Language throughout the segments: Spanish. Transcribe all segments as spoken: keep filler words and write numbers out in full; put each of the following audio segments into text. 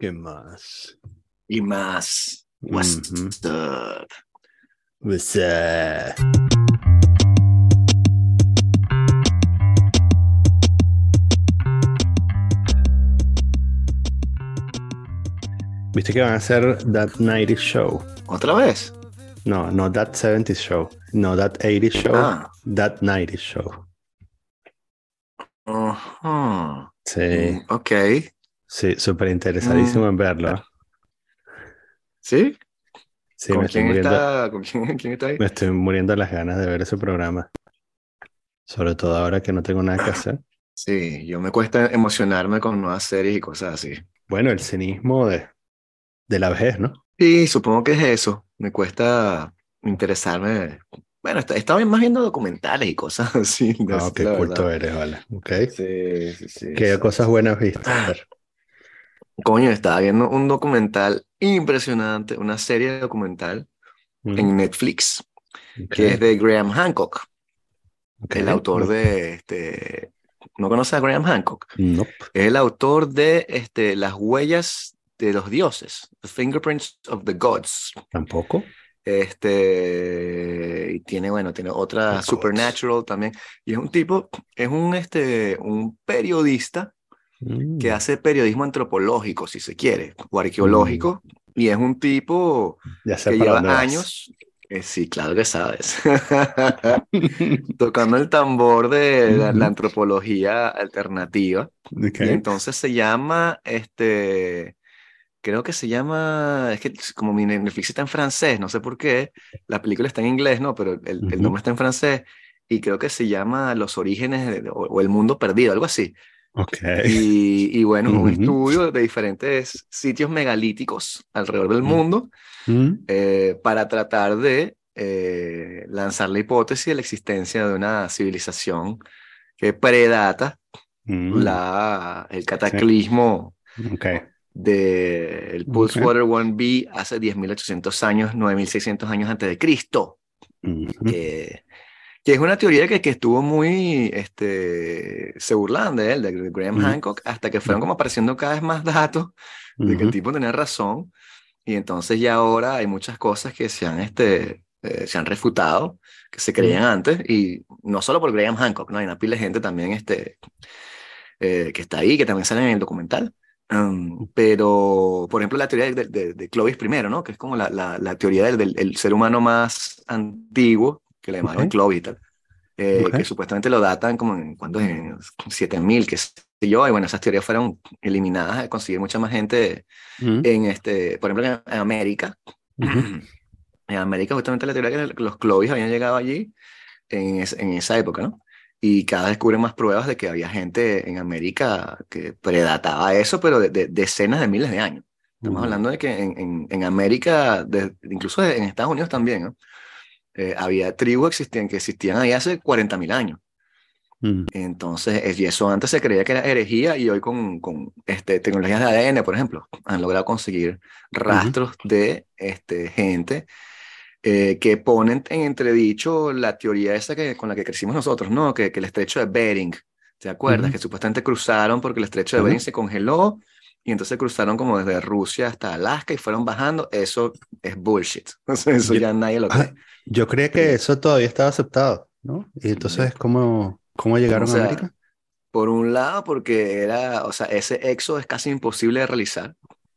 ¿Qué más? Y más. What's Ujú. up? What's up? ¿Viste que van a hacer That nineties Show? ¿Otra vez? No, no That seventies Show. No That eighties Show. Ah. That nineties Show. Ajá. Sí, Mm, ok. sí, súper interesadísimo Mm, en verlo. ¿Eh? ¿Sí? Sí, me ¿Con estoy quién muriendo, está? ¿Con quién, quién está ahí? me estoy muriendo de las ganas de ver ese programa. Sobre todo ahora que no tengo nada que hacer. Sí, yo me cuesta emocionarme con nuevas series y cosas así. Bueno, el cinismo de, de la vejez, ¿no? Sí, supongo que es eso. Me cuesta interesarme. Bueno, está- estaba más viendo documentales y cosas así, de Ah, decirte qué la culto verdad. eres, vale. Ok. Sí, sí, sí, ¿Qué sí, cosas sí. buenas viste? A ver. Coño, estaba viendo un documental impresionante, una serie documental Mm, en Netflix, ok, que es de Graham Hancock, ok. el autor No, de, este, ¿no conoces a Graham Hancock? nope. Es el autor de este, Las huellas de los dioses, The Fingerprints of the Gods. Tampoco. Este, y tiene, bueno, tiene The otra Gods. Supernatural también. Y es un tipo, es un, este, un periodista que Mm, hace periodismo antropológico, si se quiere, o mm, arqueológico, y es un tipo ya sé que para lleva dónde vas. años, eh, sí, claro que sabes, tocando el tambor de la, la Ujú, antropología alternativa, ok. y entonces se llama, este, creo que se llama, es que como mi Netflix está en francés, no sé por qué, la película está en inglés, ¿no? Pero el, el Ujú, nombre está en francés, y creo que se llama Los orígenes de- o o El mundo perdido, algo así. ok. Y, y bueno, es un Ujú, estudio de diferentes sitios megalíticos alrededor del mm, mundo mm, eh, para tratar de eh, lanzar la hipótesis de la existencia de una civilización que predata mm, la, el sí. cataclismo Ok. del Ok. Pulsewater uno b hace diez mil ochocientos años, nueve mil seiscientos años antes de Cristo, Ujú, que que es una teoría que, que estuvo muy, este, se burlaban de él, de Graham mm, Hancock, hasta que fueron mm, como apareciendo cada vez más datos de que el ujú, tipo tenía razón, y entonces ya ahora hay muchas cosas que se han, este, eh, se han refutado, que se creían mm, antes, y no solo por Graham Hancock, ¿no? Hay una pila de gente también, este, eh, que está ahí, que también sale en el documental. Um, pero, por ejemplo, la teoría de, de, de Clovis primero, ¿no? Que es como la, la, la teoría del, del, del ser humano más antiguo, que le ok. llamaron Clovis y tal eh, que Ok. supuestamente lo datan como en, ¿cuántos años? siete mil, qué sé yo, y bueno, esas teorías fueron eliminadas de conseguir mucha más gente Mm, en este, por ejemplo, en, en América. ujú, En América justamente la teoría que los Clovis habían llegado allí en, es- en esa época, ¿no? Y cada vez descubren más pruebas de que había gente en América que predataba eso, pero de, de- decenas de miles de años. Estamos mm, hablando de que en, en, en América, de- incluso en Estados Unidos también, ¿no? Eh, había tribus existían, que existían ahí hace cuarenta mil años. mm, Entonces, es- y eso antes se creía que era herejía y hoy con, con este, tecnologías de A D N, por ejemplo, han logrado conseguir ujú, rastros de este, gente eh, que ponen en entredicho la teoría esa que, con la que crecimos nosotros, ¿no? Que, que el estrecho de Bering, ¿te acuerdas? ujú. Que supuestamente cruzaron porque el estrecho de Bering Bueno. se congeló y entonces cruzaron como desde Rusia hasta Alaska y fueron bajando. Eso es bullshit. O sea, eso Yo, ya nadie lo ah, cree. yo creía que Eh, eso todavía estaba aceptado, ¿no? Y yo, entonces, ¿cómo, cómo o llegaron a sea, América? por un lado, porque era, o sea, ese éxodo es casi imposible de realizar.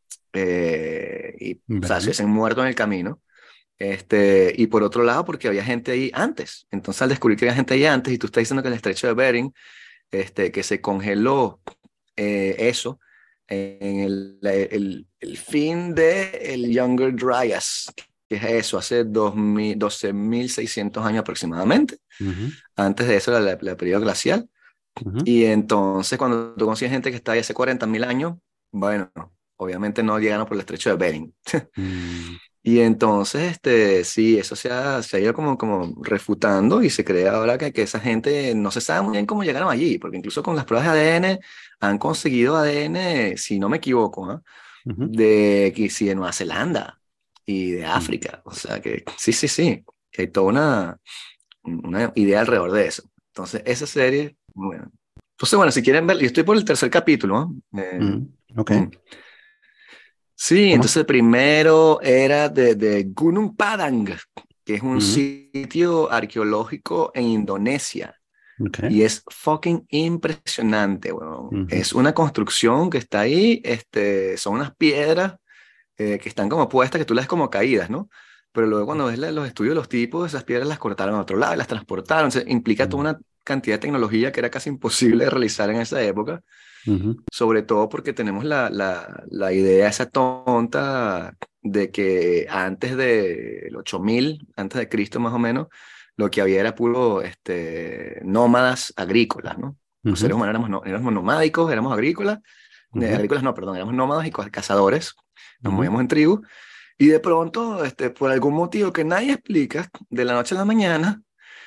eh, y, o sea, se Vale. hubiesen muerto en el camino. Este, y por otro lado, porque había gente ahí antes. Entonces, al descubrir que había gente ahí antes, y tú estás diciendo que el estrecho de Bering, este, que se congeló eh, eso en el, el, el fin del el Younger Dryas, que es eso, hace dos mil doce mil seiscientos años aproximadamente. Ujú, Antes de eso, la, la, la periodo glacial. ujú, Y entonces, cuando tú consigues gente que está ahí hace cuarenta mil años, bueno, obviamente no llegaron por el estrecho de Bering. mm, Y entonces, este, sí, eso se ha, se ha ido como, como refutando y se cree ahora que, que esa gente no se sabe muy bien cómo llegaron allí, porque incluso con las pruebas de A D N han conseguido A D N, si no me equivoco, ¿ah? ujú, De, que sí, de Nueva Zelanda y de mm. África. O sea que sí, sí, sí, que hay toda una, una idea alrededor de eso. Entonces, esa serie, bueno. Entonces, bueno, si quieren ver, yo estoy por el tercer capítulo, ¿no? Eh, Mm, ok. mm. Sí, ¿Cómo? entonces el primero era de, de Gunung Padang, que es un Ujú, sitio arqueológico en Indonesia. ok. Y es fucking impresionante, weón. Ujú, Es una construcción que está ahí, este, son unas piedras eh, que están como puestas, que tú las ves como caídas, ¿no? Pero luego cuando ves la- los estudios de los tipos, esas piedras las cortaron a otro lado y las transportaron. Entonces, implica toda ujú, una cantidad de tecnología que era casi imposible de realizar en esa época, ujú, sobre todo porque tenemos la, la, la idea esa tonta de que antes del ocho mil antes de Cristo más o menos, lo que había era puro este, nómadas agrícolas, ¿no? Los ujú, seres humanos éramos, no- éramos nomádicos, éramos agrícolas, eh, ujú, agrícolas no, perdón, éramos nómadas y ca- cazadores, nos ujú, movíamos en tribus, y de pronto, este, por algún motivo que nadie explica, de la noche a la mañana,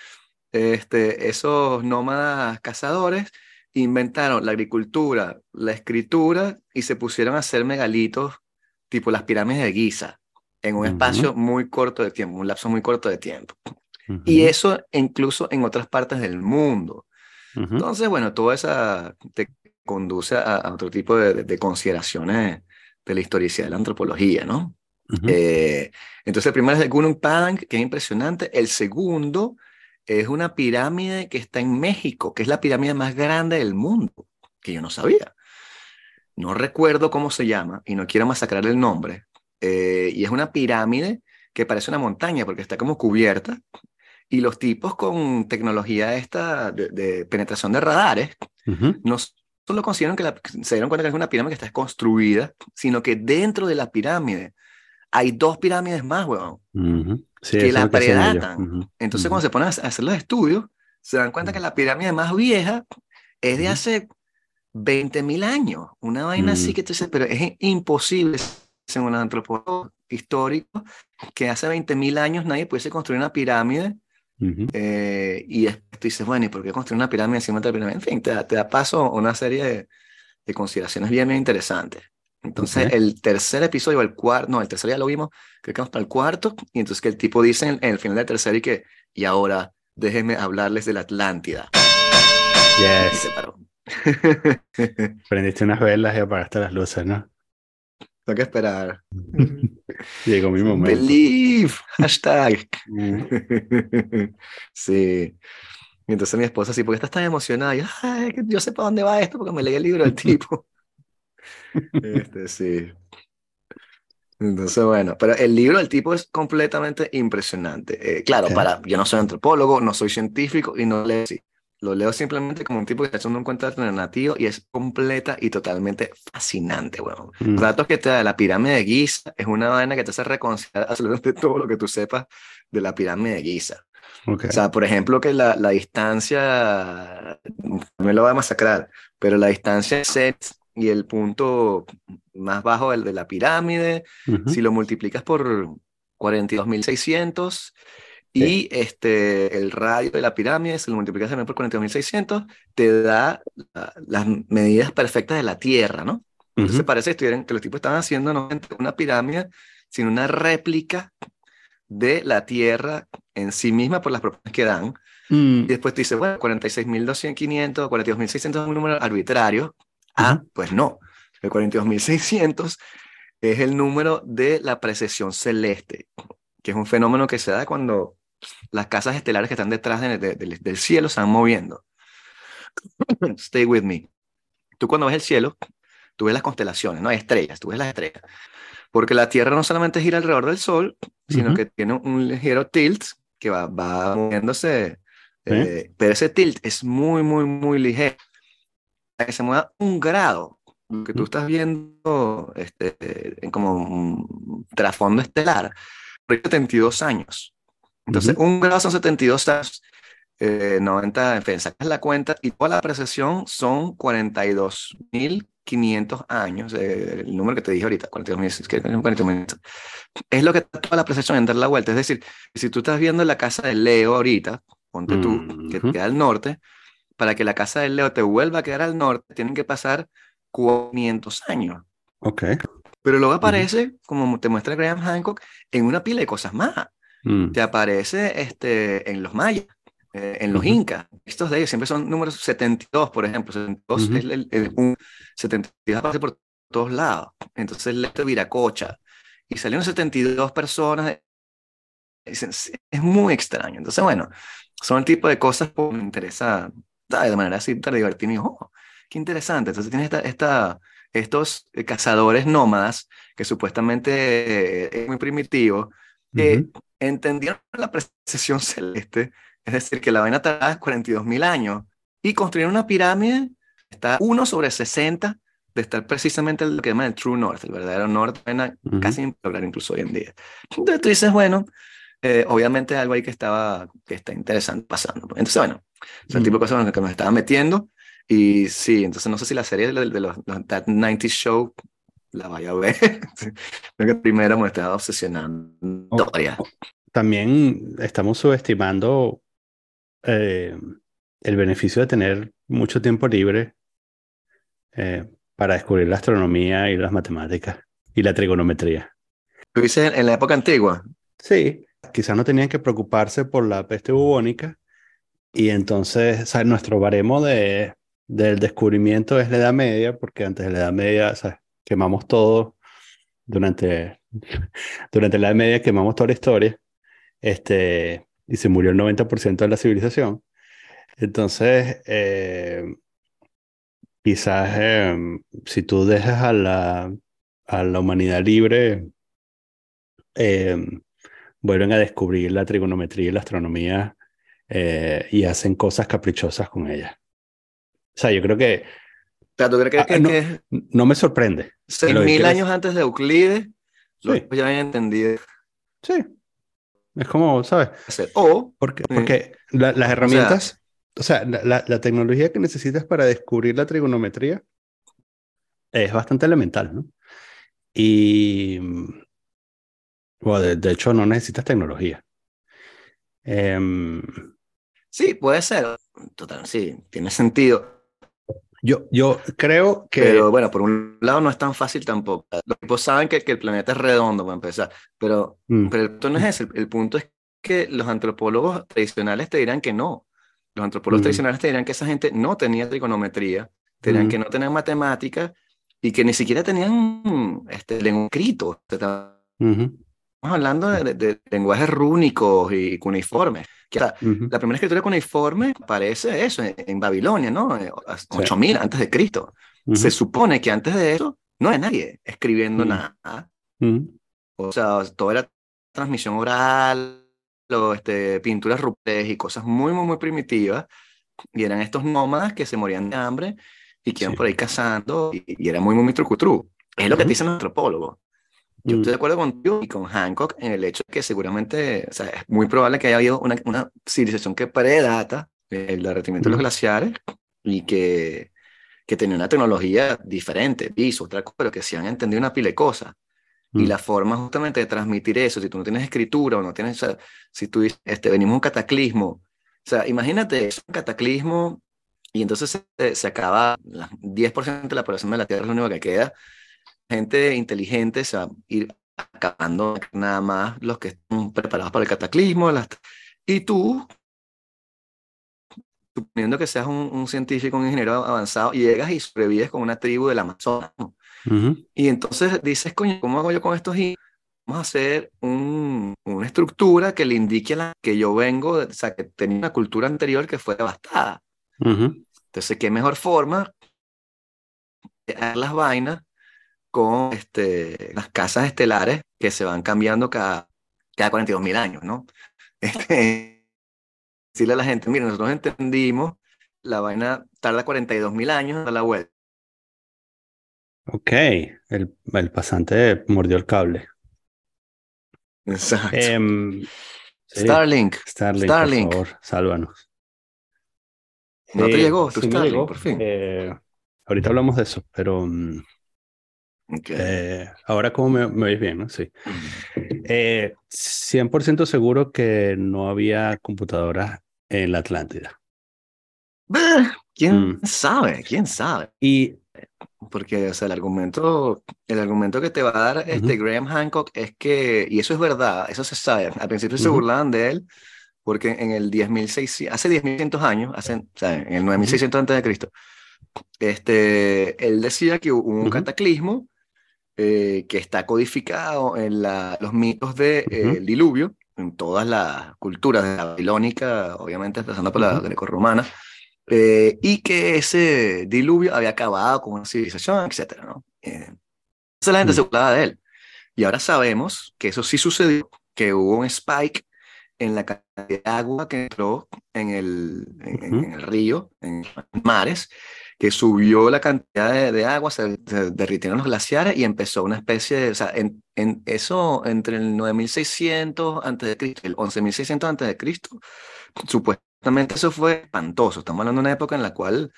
este, esos nómadas cazadores inventaron la agricultura, la escritura y se pusieron a hacer megalitos tipo las pirámides de Giza en un ujú, espacio muy corto de tiempo, un lapso muy corto de tiempo. Y ujú, eso incluso en otras partes del mundo. ujú, Entonces, bueno, todo eso te conduce a, a otro tipo de, de- de consideraciones de la historicidad de la antropología, ¿no? ujú, Eh, entonces, el primero es el Gunung Padang, que es impresionante. El segundo es una pirámide que está en México, que es la pirámide más grande del mundo, que yo no sabía. No recuerdo cómo se llama y no quiero masacrar el nombre. Eh, y es una pirámide que parece una montaña porque está como cubierta y los tipos con tecnología esta de, de penetración de radares ujú, no solo consideran que la- se dieron cuenta que es una pirámide que está construida, sino que dentro de la pirámide hay dos pirámides más, weón, ujú. Sí, que eso es lo la que hacían ellos. predatan. Ujú, Entonces, cuando ujú, se ponen a hacer los estudios, se dan cuenta que la pirámide más vieja es de ujú, hace veinte mil años. Una vaina así ujú, que tú dices, pero es imposible, según los antropólogos históricos, que hace veinte mil años nadie pudiese construir una pirámide. ujú. eh, y después tú dices, bueno, ¿y por qué construir una pirámide encima de otra pirámide? En fin, te da, te da paso a una serie de, de consideraciones bien, bien interesantes. Ok. Entonces, el tercer episodio, o el cuarto, no, el tercero ya lo vimos, creo que vamos para el cuarto, y entonces que el tipo dice en, en el final del tercero y que, y ahora déjenme hablarles de la Atlántida. Y Yes. se paró. Prendiste unas velas y apagaste las luces, ¿no? Tengo que esperar. Mm. Llegó mi momento. Believe, hashtag. Mm. Sí. Y entonces mi esposa, sí, ¿por qué estás tan emocionada? Y yo, "Ay, que yo sé para dónde va esto porque me leí el libro del tipo." Este, sí. Entonces, bueno, pero el libro del tipo es completamente impresionante. Eh, claro, Ok. para, yo no soy antropólogo, no soy científico y no leo así. Lo leo simplemente como un tipo que está haciendo un cuento alternativo y es completa y totalmente fascinante, weón. Los Mm, datos que te da la pirámide de Giza es una vaina que te hace reconciliar absolutamente todo lo que tú sepas de la pirámide de Giza. O ok. sea, por ejemplo, que la, la distancia, me lo va a masacrar, pero la distancia de Set y el punto más bajo del de la pirámide, Ujú. si lo multiplicas por cuarenta y dos mil seiscientos Sí. y este, el radio de la pirámide, si lo multiplicas también por cuarenta y dos mil seiscientos, te da la- las medidas perfectas de la Tierra, ¿no? Entonces Ujú. parece que, estuvieran- que los tipos estaban haciendo no una pirámide, sino una réplica de la Tierra en sí misma por las propuestas que dan. Y Mm, después te dice, bueno, cuarenta y seis mil doscientos, quinientos, cuarenta y dos mil seiscientos es un número arbitrario. Ah, ujú. pues no. El cuarenta y dos mil seiscientos es el número de la precesión celeste, que es un fenómeno que se da cuando las casas estelares que están detrás de- de- del del cielo se van moviendo. Stay with me. Tú cuando ves el cielo, tú ves las constelaciones, no hay estrellas, tú ves las estrellas. Porque la Tierra no solamente gira alrededor del Sol, sino Ujú. que tiene un ligero tilt que va, va moviéndose, Sí. eh, pero ese tilt es muy, muy, muy ligero. Para que se mueva un grado, lo que tú Ujú. estás viendo este, en como un trasfondo estelar, por setenta y dos años. Entonces, Ujú. un grado son setenta y dos años, eh, noventa, en fin, sacas la cuenta y toda la precesión son cuarenta y dos mil quinientos años, eh, el número que te dije ahorita, cuarenta y dos mil, que- cuarenta y dos mil. Es lo que está toda la precesión en dar la vuelta. Es decir, si tú estás viendo la casa de Leo ahorita, ponte tú, que Ujú. queda al norte, para que la casa de Leo te vuelva a quedar al norte, tienen que pasar quinientos años. Ok. Pero luego Ujú. aparece, como te muestra Graham Hancock, en una pila de cosas más. Mm, Te aparece este, en los mayas, eh, en los ujú. incas. Estos de ellos siempre son números setenta y dos, por ejemplo. setenta y dos es Ujú. el, el- un setenta y dos aparece por todos lados. entonces lee esto de Viracocha, y salieron setenta y dos personas. Dicen, "Sí, es muy extraño". Entonces, bueno, son el tipo de cosas que me interesa, ¿sabes? De manera así para divertirme. Y, oh, qué interesante. Entonces tienes esta, esta, estos eh, cazadores nómadas que supuestamente eh, es muy primitivo, que Ujú, entendieron la precesión celeste, es decir, que la vaina tardaba cuarenta y dos mil años, y construyeron una pirámide, está uno sobre sesenta de estar precisamente en lo que llaman el True North, el verdadero norte, vaina ujú. casi imposible incluso hoy en día. Entonces tú dices, bueno, eh, obviamente algo ahí que estaba, que está interesante pasando. Entonces, bueno, son el tipo de Mm. cosas en las que nos estaban metiendo. Y sí, entonces no sé si la serie de, de los, los That noventa Show la vaya a ver. Creo que primero me estaba obsesionando. O- Historia. o- También estamos subestimando eh, el beneficio de tener mucho tiempo libre eh, para descubrir la astronomía y las matemáticas y la trigonometría. Tú dices en la época antigua. Sí, quizás no tenían que preocuparse por la peste bubónica y entonces, o sea, nuestro baremo de, del descubrimiento es la Edad Media, porque antes de la Edad Media, o sea, quemamos todo durante, durante la Edad Media, quemamos toda la historia, este, y se murió el noventa por ciento de la civilización. Entonces, eh, quizás eh, si tú dejas a la, a la humanidad libre, eh, vuelven a descubrir la trigonometría y la astronomía eh, y hacen cosas caprichosas con ella. O sea, yo creo que O sea, ¿tú crees ah, que, no, que no me sorprende. seis Lo que mil quiero años es, antes de Euclides los sí, tipos ya habían entendido sí, es como, ¿sabes? hacer? O, Porque, eh, porque la- las o sea, herramientas, o sea, la, la- la tecnología que necesitas para descubrir la trigonometría es bastante elemental, ¿no? Y, mm, bueno, de, de hecho, no necesitas tecnología. Em, sí, puede ser. Total, sí, tiene sentido. yo, yo creo Pero que... bueno, por un lado no es tan fácil tampoco. Los tipos saben que, que el planeta es redondo para empezar, pero, mm, pero el punto no es ese. El, el punto es que los antropólogos tradicionales te dirán que no. Los antropólogos mm, tradicionales te dirán que esa gente no tenía trigonometría, te dirán que mm, no tenían matemáticas y que ni siquiera tenían este, lenguaje escrito. Estamos ujú, hablando de, de- de lenguajes rúnicos y cuneiformes. Que, o sea, ujú, la primera escritura cuneiforme aparece eso en, en Babilonia, ¿no? Eh, sí, ocho mil antes de Cristo. Se ujú, supone que antes de eso no hay nadie escribiendo mm, nada. mm, O sea, toda la transmisión oral, o, este, pinturas rupestres y cosas muy, muy, muy primitivas. Y eran estos nómadas que se morían de hambre y que iban por sí, ahí cazando y, y era muy, muy, muy trucutru. Es lo que te ujú, dicen los antropólogos. Yo estoy de mm, acuerdo contigo y con Hancock en el hecho de que seguramente, o sea, es muy probable que haya habido una, una civilización que predata el derretimiento de los mm, glaciares y que, que tenía una tecnología diferente, piso, otra cosa, pero que sí han entendido una pila de cosas. Y mm, la forma justamente de transmitir eso, si tú no tienes escritura o no tienes, o sea, si tú dices, este, venimos de un cataclismo, o sea, imagínate, es un cataclismo y entonces se, se acaba, la- diez por ciento de la población de la Tierra es lo único que queda, gente inteligente se va a ir acabando nada más los que están preparados para el cataclismo. Las, y tú, suponiendo que seas un, un científico, un ingeniero avanzado, y llegas y sobrevives con una tribu del Amazonas, ¿no? ujú, Y entonces dices, coño, ¿cómo hago yo con estos indios? Vamos a hacer un, una estructura que le indique a la que yo vengo, de- o sea, que tenía una cultura anterior que fue devastada. ujú. Entonces, ¿qué mejor forma de hacer las vainas con este, las casas estelares que se van cambiando cada, cada cuarenta y dos mil años, ¿no? Este, decirle a la gente, mire, nosotros entendimos, la vaina tarda cuarenta y dos mil años en dar la vuelta. Ok, el, el pasante mordió el cable. Exacto. Em, sí, Starlink, Starlink, por Starlink, favor, sálvanos. no te Sí, llegó tu sí me Starlink, por llegó. fin. Eh, ahorita hablamos de eso, pero mm, Ok. eh, ahora como me, me oís bien, ¿no? Sí. Eh, cien por ciento seguro que no había computadoras en la Atlántida. Bah, ¿quién Mm. sabe? ¿Quién sabe? Y Porque, o sea, el argumento, el argumento que te va a dar este ujú, Graham Hancock es que, y eso es verdad, eso se sabe, al principio se ujú, burlaban de él, porque en el diez mil seiscientos, hace diez mil seiscientos años, hace, o sea, en el nueve mil ujú, seiscientos antes de Cristo, este, él decía que hubo un ujú, cataclismo eh, que está codificado en la, los mitos del de, Ujú, eh, diluvio, en todas las culturas, de la babilónica, obviamente empezando por la ujú, grecorromana, eh, y que ese diluvio había acabado con una civilización, etcétera, ¿no? Eh, entonces la gente se mm, burlaba de él. Y ahora sabemos que eso sí sucedió, que hubo un spike en la cantidad de agua que entró en el, en, ujú, en el río, en los mares, que subió la cantidad de, de agua, se, se derritieron los glaciares y empezó una especie de, o sea, en, en eso entre el nueve mil seiscientos antes de Cristo y el once mil seiscientos antes de Cristo, supuestamente eso fue espantoso. Estamos hablando de una época en la cual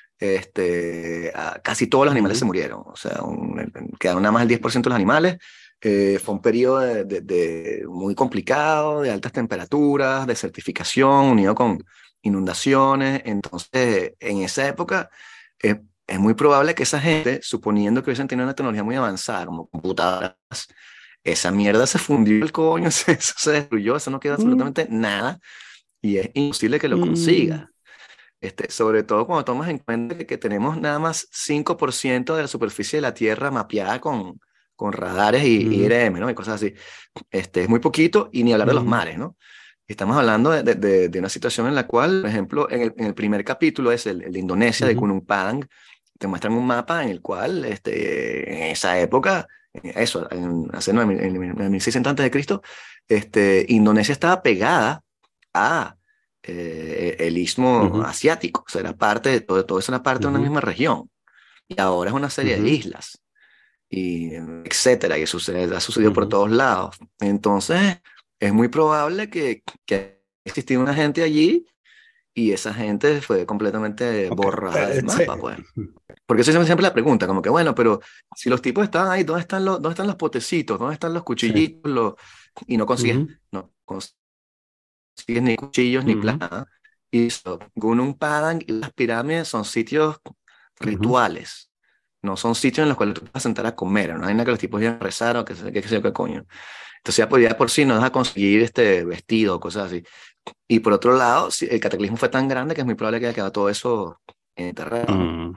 este, a- casi todos los animales se ujú, murieron, o sea, un- quedaron nada más el diez por ciento de los animales. Eh, fue un periodo de, de- de muy complicado, de altas temperaturas, de certificación, unido con inundaciones. Entonces, en esa época, eh, es muy probable que esa gente, suponiendo que hubiesen tenido una tecnología muy avanzada, como computadoras, esa mierda se fundió el coño, se- eso se destruyó, eso no queda mm, absolutamente nada y es imposible que lo mm, consiga. Este, sobre todo cuando tomas en cuenta que, que tenemos nada más cinco por ciento de la superficie de la Tierra mapeada con, con radares y, y mm, I R M, ¿no? Y cosas así. Este, es muy poquito y ni hablar de los mm, mares, ¿no? Estamos hablando de, de- de- de una situación en la cual, por ejemplo, en el, en el primer capítulo es el, el de Indonesia, de ujú, Gunung Padang, te muestran un mapa en el cual, este, en esa época, eh, eso, en, hace nueve mil en en mil seiscientos antes de Cristo, este, Indonesia estaba pegada a eh, el istmo ujú, asiático, o sea, era parte de todo, todo eso era parte de una ujú, misma región, y ahora es una serie de ujú, islas, y etcétera, y eso sucede, ha sucedido por ujú. todos lados. Entonces, es muy probable que, que existiera una gente allí y esa gente fue completamente Ok, borrada eh, del sí. mapa, pues. Porque eso es siempre la pregunta, como que bueno, pero si los tipos estaban ahí, ¿dónde están los, dónde están los potecitos? ¿Dónde están los Sí. cuchillitos? Los... Y no consigues, Ujú, no consigues ni cuchillos ni ujú, plata. Y eso, Gunung Padang y las pirámides son sitios ujú, rituales. No son sitios en los cuales tú te vas a sentar a comer. No hay nada que los tipos iban a rezar o que sé qué sé yo qué coño. Entonces ya por, ya por sí no vas a conseguir este vestido o cosas así. Y por otro lado, si el cataclismo fue tan grande que es muy probable que haya quedado todo eso enterrado, ¿no? mm.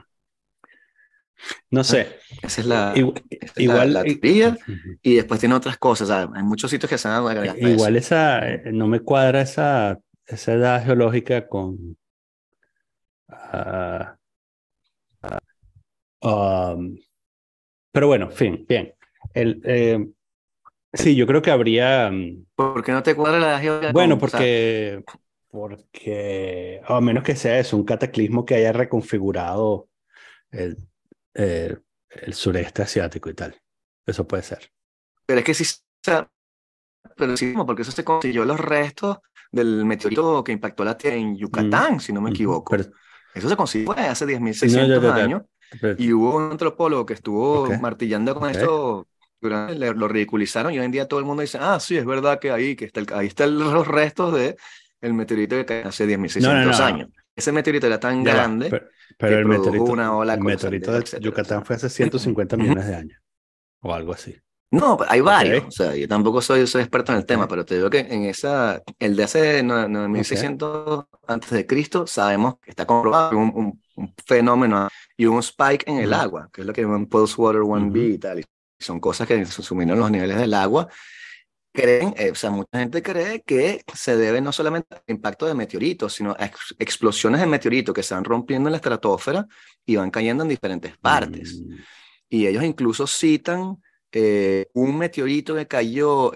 No ¿Eh? sé. Esa es I- la, Igual, esa es la, igual, la i- teoría. ujú. Y después tiene otras cosas. ¿Sabes? Hay muchos sitios que se van a agregar a Igual eso. esa, Ujú. eh, no me cuadra esa, esa edad geológica con, ah, um, pero bueno, fin, bien. El, eh, sí, yo creo que habría, mm, ¿Por qué no te cuadra la geografía bueno, con, o sea, porque, porque, a menos que sea eso, un cataclismo que haya reconfigurado el, eh, el sureste asiático y tal. Eso puede ser. pero es que sí, o sea, pero sí, como porque eso se consiguió los restos del meteorito que impactó la Tierra en Mm, Yucatán, si no me ujú. Pero, Pero, eso se consiguió hace diez mil no, ya, seiscientos ya, ya, años pero- y hubo un antropólogo que ok, estuvo martillando con ok. esto, durante, le- lo ridiculizaron y hoy en día todo el mundo dice, ah, sí, es verdad que ahí, que está el- ahí están los restos de el meteorito que cayó hace diez mil No, no, seiscientos no, años. Ese meteorito era tan ya va. grande Pero, pero que el produjo meteorito, una ola el meteorito colosal, de etcétera. O Yucatán sea, fue hace ciento cincuenta millones de años o algo así. no, hay Ok, varios, o sea, yo tampoco soy, soy experto en el ok, tema, pero te digo que en esa, el de hace nueve- nueve mil ok. seiscientos antes de Cristo, sabemos que está comprobado que hubo un, un- un fenómeno y un spike en el Mm, agua, que es lo que llaman Pulse-Water uno B ujú, y tal, y son cosas que se suminieron los niveles del agua. Creen, eh, o sea, mucha gente cree que se debe no solamente al impacto de meteoritos, sino a ex- explosiones de meteoritos que se van rompiendo en la estratosfera y van cayendo en diferentes partes. mm, Y ellos incluso citan eh, un meteorito que cayó,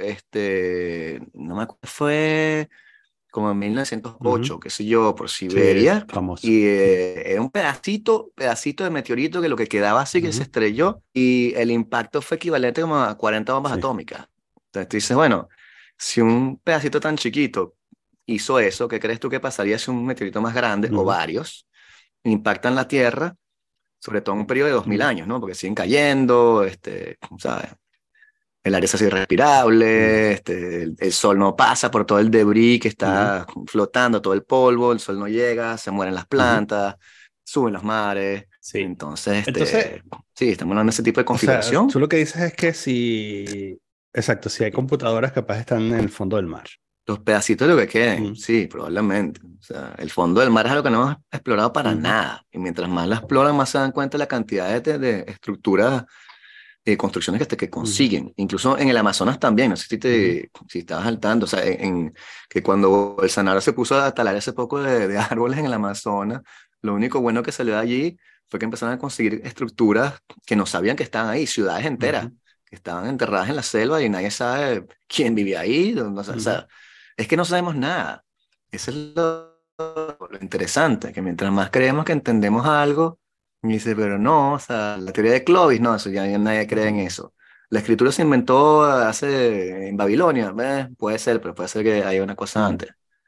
este, no me acuerdo, fue como en mil novecientos ujú. ocho, qué sé yo, por Sí, es Siberia. famoso. Y Mm, eh, era un pedacito, pedacito de meteorito que lo que quedaba así que se ujú, estrelló y el impacto fue equivalente como a cuarenta bombas sí, atómicas. Entonces tú dices, bueno, si un pedacito tan chiquito hizo eso, ¿qué crees tú que pasaría si un meteorito más grande o ujú, varios impactan la Tierra? Sobre todo en un periodo de dos mil ujú, años, ¿no? Porque siguen cayendo, este, ¿sabes? El aire es así mm, irrespirable, este, el, el sol no pasa por todo el debris que ujú, está flotando, todo el polvo, el sol no llega, se mueren las ujú. plantas, suben los mares. Sí. Entonces, Entonces, este, sí, estamos hablando de ese tipo de o sea, configuración. tú lo que dices es que si, exacto, si hay computadoras capaz están en el fondo del mar. Los pedacitos de lo que queden, Mm, sí, probablemente. O sea, el fondo del mar es algo que no hemos explorado para ujú, nada. Y mientras más la exploran, más se dan cuenta de la cantidad de, de estructuras eh, construcciones que, te, que Ujú, consiguen, incluso en el Amazonas también, no sé si, ujú, te, si estabas al tanto, o sea, en, en- que cuando el Sanara se puso a talar ese poco de, de árboles en el Amazonas, lo único bueno que salió de allí fue que empezaron a conseguir estructuras que no sabían que estaban ahí, ciudades enteras, ujú, que estaban enterradas en la selva y nadie sabe quién vivía ahí, dónde- o sea, o ujú, sea, es que no sabemos nada. Eso es lo, lo interesante, que mientras más creemos que entendemos algo, y dice, pero no, o sea, la teoría de Clovis, no, eso ya, ya nadie cree en ujú, eso. La escritura se inventó hace en Babilonia, eh, puede ser, pero puede ser que haya una cosa ujú, antes.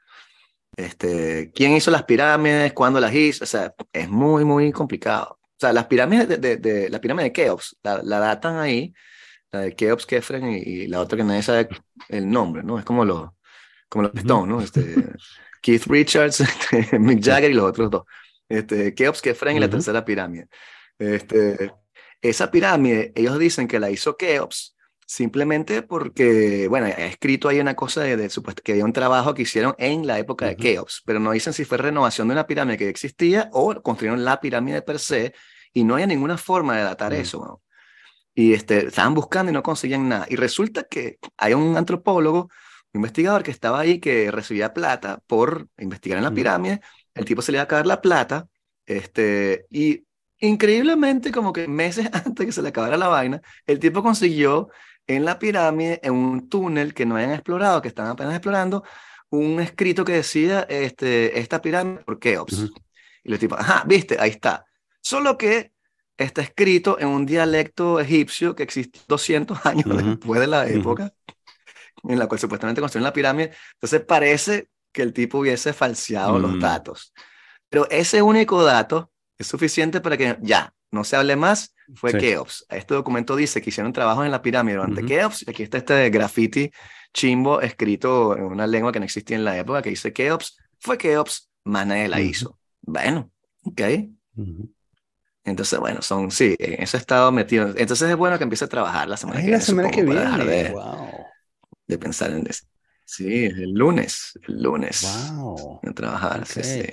Este, ¿quién hizo las pirámides? ¿Cuándo las hizo? O sea, es muy, muy complicado. O sea, las pirámides de, de, de- la pirámide de Keops, la, la datan ahí, la de Keops, Kefren y, y la otra que nadie sabe el nombre, ¿no? Es como los, como los ujú. Stones, ¿no? Este, Keith Richards, este, Mick Sí. Jagger y los otros dos. Este, Keops, Kefren y la Ujú, tercera pirámide. Este, esa pirámide, ellos dicen que la hizo Keops simplemente porque, bueno, he escrito ahí una cosa de, de supuesto, que había un trabajo que hicieron en la época de ujú, Keops, pero no dicen si fue renovación de una pirámide que ya existía o construyeron la pirámide per se y no hay ninguna forma de datar ujú, eso, ¿no? Y este, estaban buscando y no conseguían nada. Y resulta que hay un antropólogo, un investigador que estaba ahí que recibía plata por investigar en la ujú, pirámide. El tipo se le iba a acabar la plata, este, y increíblemente, como que meses antes que se le acabara la vaina, el tipo consiguió en la pirámide, en un túnel que no habían explorado, que estaban apenas explorando, un escrito que decía, este, esta pirámide por Keops. ujú, Y el tipo, ajá, viste, ahí está. Solo que está escrito en un dialecto egipcio que existió doscientos años ujú, después de la ujú, época en la cual supuestamente construyeron la pirámide. Entonces parece que el tipo hubiese falseado los mm, datos. Pero ese único dato es suficiente para que ya no se hable más. Fue sí. Keops. Este documento dice que hicieron trabajos en la pirámide durante Ujú, Keops. Y aquí está este graffiti chimbo escrito en una lengua que no existía en la época que dice Keops. Fue Keops, más nadie la ujú, hizo. Bueno, ok. ujú. Entonces, bueno, son, sí, en ese estado metido. Entonces es bueno que empiece a trabajar la semana Ay, que la viene, semana que supongo, para dejar viene. de, Wow. de pensar en eso. Sí, el lunes, el lunes, Wow. a trabajar, Ok. sí, sí.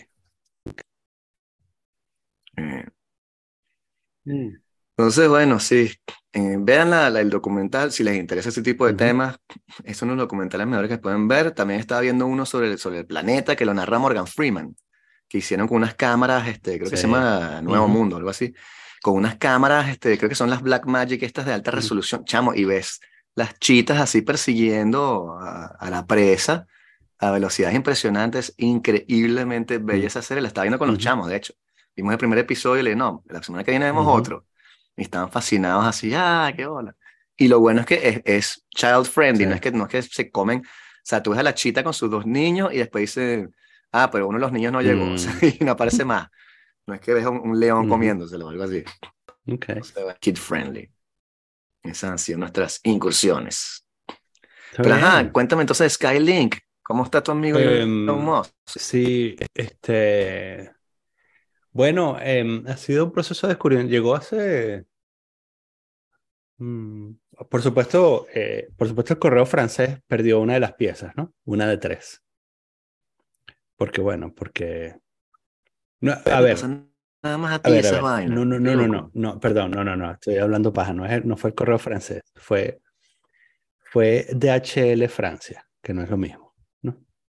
Eh, Mm, Entonces, bueno, sí, eh, vean la, la- el documental si les interesa ese tipo de ujú, temas. Es uno de los documentales mejores que pueden ver. También estaba viendo uno sobre el, sobre el planeta que lo narra Morgan Freeman, que hicieron con unas cámaras, este, creo que se sí. llama Nuevo Ujú, Mundo, algo así, con unas cámaras, este, creo que son las Black Magic estas de alta ujú, resolución, chamo, y ves las chitas así persiguiendo a, a la presa a velocidades impresionantes, increíblemente bella ujú, esa serie. La estaba viendo con los ujú, chamos, de hecho. Vimos el primer episodio y le dije, no, la semana que viene vemos ujú, otro. Y estaban fascinados así, ah, qué hola. Y lo bueno es que es, es child sí. friendly, no es que, no es que se comen, o sea, tú ves a la chita con sus dos niños y después dice, ah, pero uno de los niños no llegó, o sea, Mm, y no aparece más. No es que ves a un, un león ujú, comiéndoselo o algo así. ok. O sea, kid friendly. Esas han sido nuestras incursiones. Está Pero ajá, bien. cuéntame entonces de Skylink. ¿Cómo está tu amigo Elon Em, Musk? sí, este. Bueno, em, ha sido un proceso de descubrimiento. Llegó hace. mm, por supuesto, eh, por supuesto, el correo francés perdió una de las piezas, ¿no? Una de tres. Porque, bueno, porque. No, Pero a le ver, pasan nada más a a ti ver, a esas ver. No, vainas. no, Qué no, no, no, loco. no, perdón, no, no, no. Estoy hablando paja. No es, no fue el correo francés. Fue, fue D H L Francia, que no es lo mismo, ¿no?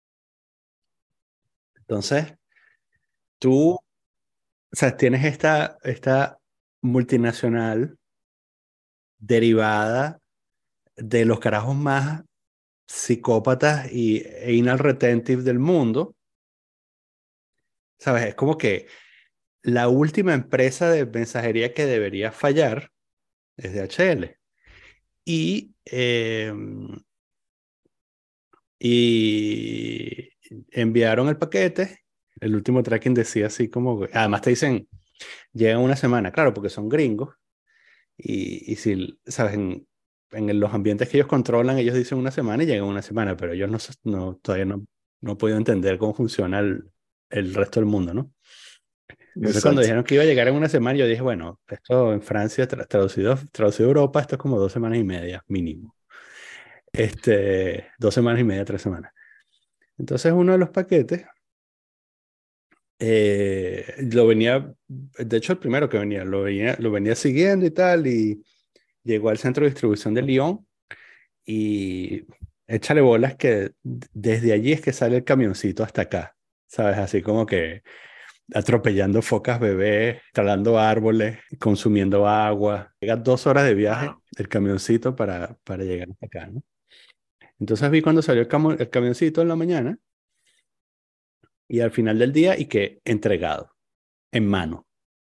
Entonces, tú, o sea, tienes esta, esta multinacional derivada de los carajos más psicópatas y, e inal retentive del mundo, ¿sabes? Es como que la última empresa de mensajería que debería fallar es D H L. Y, eh, y enviaron el paquete. El último tracking decía así como, además te dicen, llegan una semana, claro, porque son gringos. Y, y si, ¿sabes? En, en los ambientes que ellos controlan, ellos dicen una semana y llegan una semana, pero ellos no, se- no, todavía no, no he podido entender cómo funciona el, el resto del mundo, ¿no? Entonces, cuando Exacto. dijeron que iba a llegar en una semana, yo dije, bueno, esto en Francia, tra- traducido, traducido a Europa, esto es como dos semanas y media, mínimo. Este, dos semanas y media, tres semanas. Entonces, uno de los paquetes, eh, lo venía, de hecho, el primero que venía, lo venía, lo venía siguiendo y tal, y llegó al centro de distribución de Lyon y échale bolas que desde allí es que sale el camioncito hasta acá, ¿sabes? Así como que atropellando focas bebés, talando árboles, consumiendo agua. Llega dos horas de viaje Claro. el camioncito para, para llegar hasta acá, ¿no? Entonces vi cuando salió el, camo- el camioncito en la mañana y al final del día y que entregado, en mano,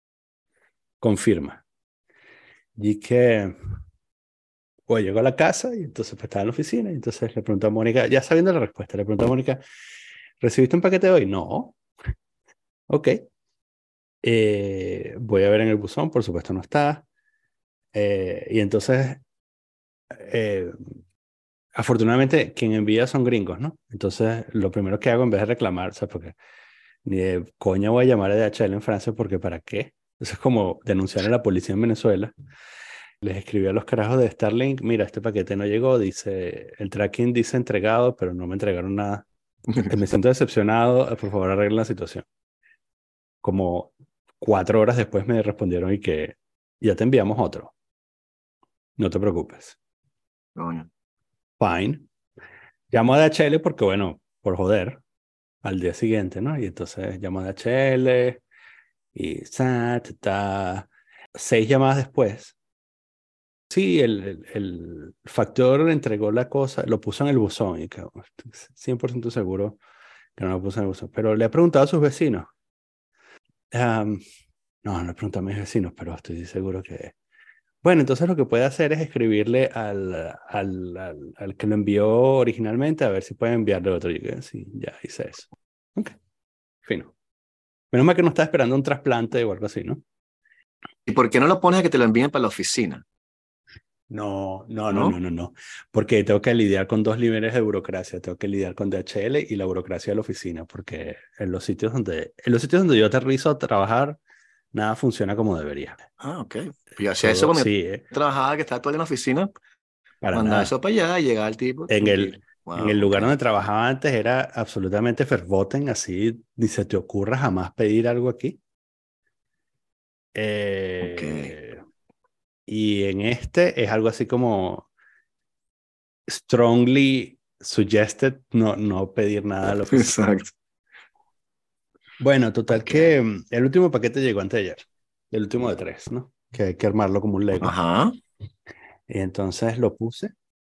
confirma. Y que, pues llegó a la casa y entonces pues, estaba en la oficina y entonces le preguntó a Mónica, ya sabiendo la respuesta, le preguntó a Mónica, ¿recibiste un paquete hoy? No. Ok. Eh, voy a ver en el buzón, por supuesto no está. Eh, y entonces, eh, afortunadamente, quien envía son gringos, ¿no? Entonces, lo primero que hago en vez de reclamar, ¿sabes? Porque ni de coña voy a llamar a D H L en Francia porque ¿para qué? Eso es como denunciar a la policía en Venezuela. Les escribí a los carajos de Starlink, mira, este paquete no llegó, dice, el tracking dice entregado, pero no me entregaron nada. Eh, Me siento decepcionado, eh, por favor arreglen la situación. Como cuatro horas después me respondieron y que ya te enviamos otro, no te preocupes. Coño. Fine. Llamo a D H L porque, bueno, por joder, al día siguiente, ¿no? Y entonces llamo a D H L y sa, ta, ta. Seis llamadas después. Sí, el, el, el factor entregó la cosa, lo puso en el buzón y que oh, estoy cien por ciento seguro que no lo puso en el buzón. Pero le he preguntado a sus vecinos. Am, no, no le he preguntado a mis vecinos, pero estoy seguro que... Bueno, entonces lo que puede hacer es escribirle al, al, al, al que lo envió originalmente a ver si puede enviarle otro. Y yo, sí, ya hice eso. Ok, fino. Menos mal que no está esperando un trasplante o algo así, ¿no? ¿Y por qué no lo pones a que te lo envíen para la oficina? No, no, no, no, ¿No? no, no. Porque tengo que lidiar con dos niveles de burocracia. Tengo que lidiar con D H L y la burocracia de la oficina, porque en los sitios donde, en los sitios donde yo aterrizo a trabajar, nada funciona como debería. Ah, ok. Pues yo hacía eso Todo, cuando yo sí, eh, trabajaba, que estaba todo en la oficina, para mandaba nada. eso para allá, llegaba el tipo, En y, el, en wow, el ok. lugar donde trabajaba antes era absolutamente verboten, así ni se te ocurra jamás pedir algo aquí. Ok. Eh, y en este es algo así como strongly suggested no, no pedir nada a la oficina. Exacto. Bueno, total Ok. que mm, el último paquete llegó anteayer, el último de tres, ¿no? Que hay que armarlo como un Lego. Ajá. Y entonces lo puse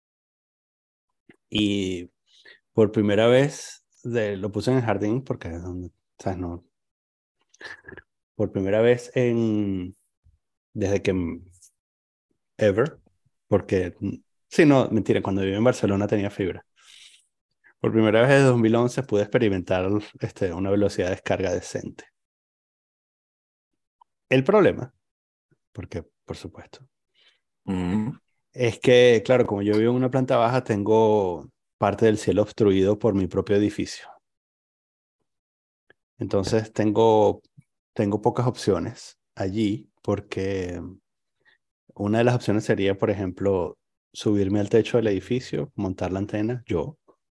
y por primera vez de, lo puse en el jardín porque es donde, ¿sabes? No, por primera vez en, desde que mm, ever, porque, mm, sí, no, mentira, cuando viví en Barcelona tenía fibra. Por primera vez desde dos mil once pude experimentar este, una velocidad de descarga decente. El problema, porque por supuesto, Mm. es que, claro, como yo vivo en una planta baja, tengo parte del cielo obstruido por mi propio edificio. Entonces tengo, tengo pocas opciones allí porque una de las opciones sería, por ejemplo, subirme al techo del edificio, montar la antena, yo,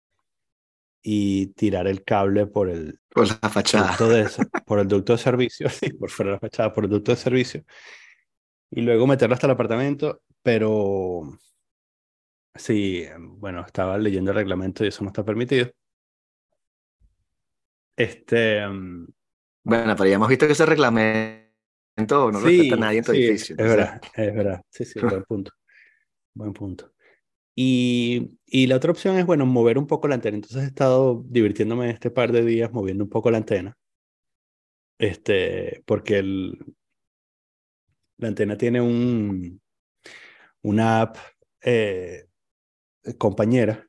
y tirar el cable por el Por la fachada. ducto de, se- por el ducto de servicio, sí, por fuera de la fachada, por el ducto de servicio, y luego meterlo hasta el apartamento, pero sí, bueno, estaba leyendo el reglamento y eso no está permitido. Este, mm, Bueno, pero ya hemos visto que ese reglamento no respeta a sí, nadie en tu sí, es edificio, entonces. verdad, es verdad. Sí, sí, buen punto, buen punto. Y, y la otra opción es, bueno, mover un poco la antena. Entonces he estado divirtiéndome este par de días moviendo un poco la antena, este, porque el, la antena tiene un, una app eh, compañera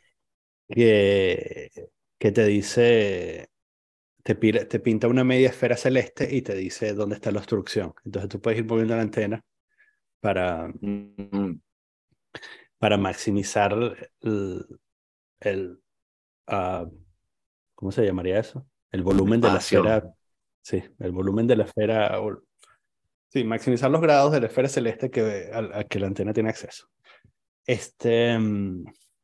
que, que te dice, te, pira- te pinta una media esfera celeste y te dice dónde está la obstrucción. Entonces tú puedes ir moviendo la antena para, Mm, para maximizar el, el ah, ¿cómo se llamaría eso? El volumen de la espacio. esfera, sí, el volumen de la esfera, o- sí, maximizar los grados de la esfera celeste que, a, a que la antena tiene acceso. Este, mm,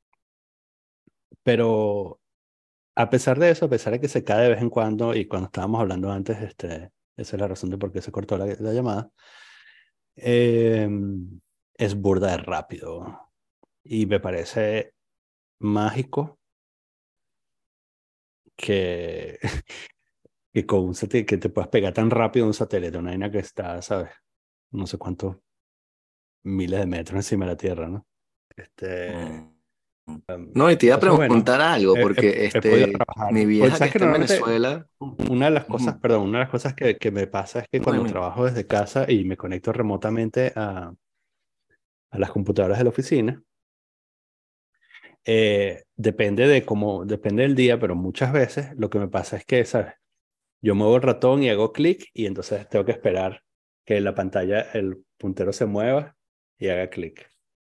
pero a pesar de eso, a pesar de que se cae de vez en cuando, y cuando estábamos hablando antes, este, esa es la razón de por qué se cortó la, la llamada, eh, es burda de rápido. Y me parece mágico que, que con un satélite, que te puedas pegar tan rápido a un satélite, una vaina que está, ¿sabes? No sé cuántos miles de metros encima de la Tierra, ¿no? Este, Mm. No, y te iba a entonces, bueno, preguntar algo, he, he- porque he podido este, mi trabajar. Pues vieja que sabes que está en normalmente Venezuela, una de las cosas, ujú, perdón, una de las cosas que, que me pasa es que no, cuando dime. trabajo desde casa y me conecto remotamente a, a las computadoras de la oficina, eh, depende de cómo, depende del día, pero muchas veces lo que me pasa es que, ¿sabes? Yo muevo el ratón y hago clic y entonces tengo que esperar que la pantalla, el puntero se mueva y haga clic.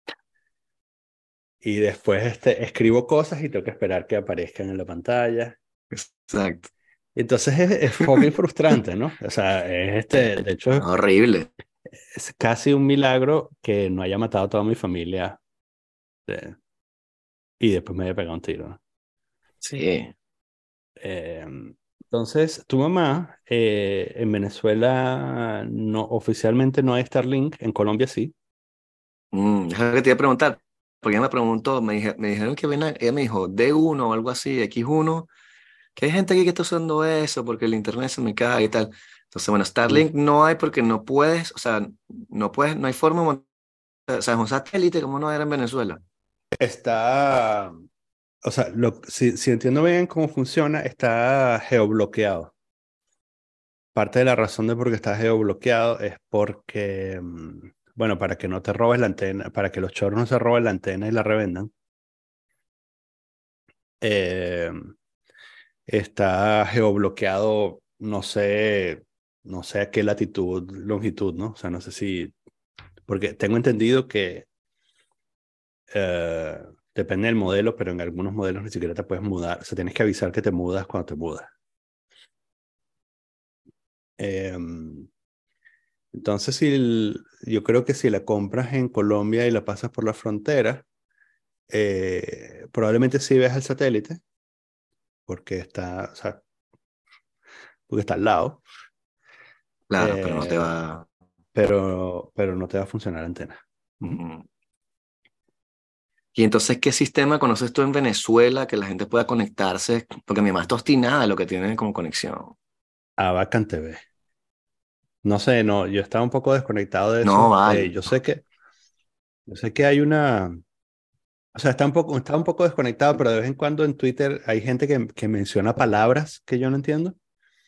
Y después este, escribo cosas y tengo que esperar que aparezcan en la pantalla. Exacto. Entonces es, es fucking frustrante, ¿no? O sea, es este, de hecho, Horrible. es casi un milagro que no haya matado a toda mi familia eh, y después me haya pegado un tiro, ¿no? Sí. Eh, entonces, tu mamá eh, en Venezuela no, oficialmente no hay Starlink, en Colombia sí. Mm, es lo que te iba a preguntar, porque ella me preguntó, me, dije- me dijeron que ven a- ella me dijo D uno o algo así, X uno, que hay gente aquí que está usando eso porque el internet se me cae y tal. Entonces, bueno, Mm. Starlink no hay porque no puedes, o sea, no puedes, no hay forma de montar, o sea, es un satélite como no era en Venezuela. Está, o sea, lo, si, si entiendo bien cómo funciona, está geobloqueado. Parte de la razón de por qué está geobloqueado es porque, mm, bueno, para que no te robes la antena, para que los choros no se roben la antena y la revendan, eh, está geobloqueado, no sé, no sé a qué latitud, longitud, ¿no? O sea, no sé si, porque tengo entendido que eh, depende del modelo, pero en algunos modelos ni siquiera te puedes mudar, o sea, tienes que avisar que te mudas cuando te mudas. Eh, entonces, si el- yo creo que si la compras en Colombia y la pasas por la frontera, eh, probablemente sí veas el satélite, porque está, o sea, porque está al lado, Claro, pero no te eh, va. pero, pero no te va a funcionar la antena. Ujú. Ujú. Y entonces, ¿qué sistema conoces tú en Venezuela que la gente pueda conectarse? Porque mi mamá está obstinada de lo que tiene como conexión. Abacan T V. No sé, no, yo estaba un poco desconectado de No, eso. Eh, vale. yo sé que, yo sé que hay una, o sea, está un poco, está un poco desconectado, pero de vez en cuando en Twitter hay gente que, que menciona palabras que yo no entiendo.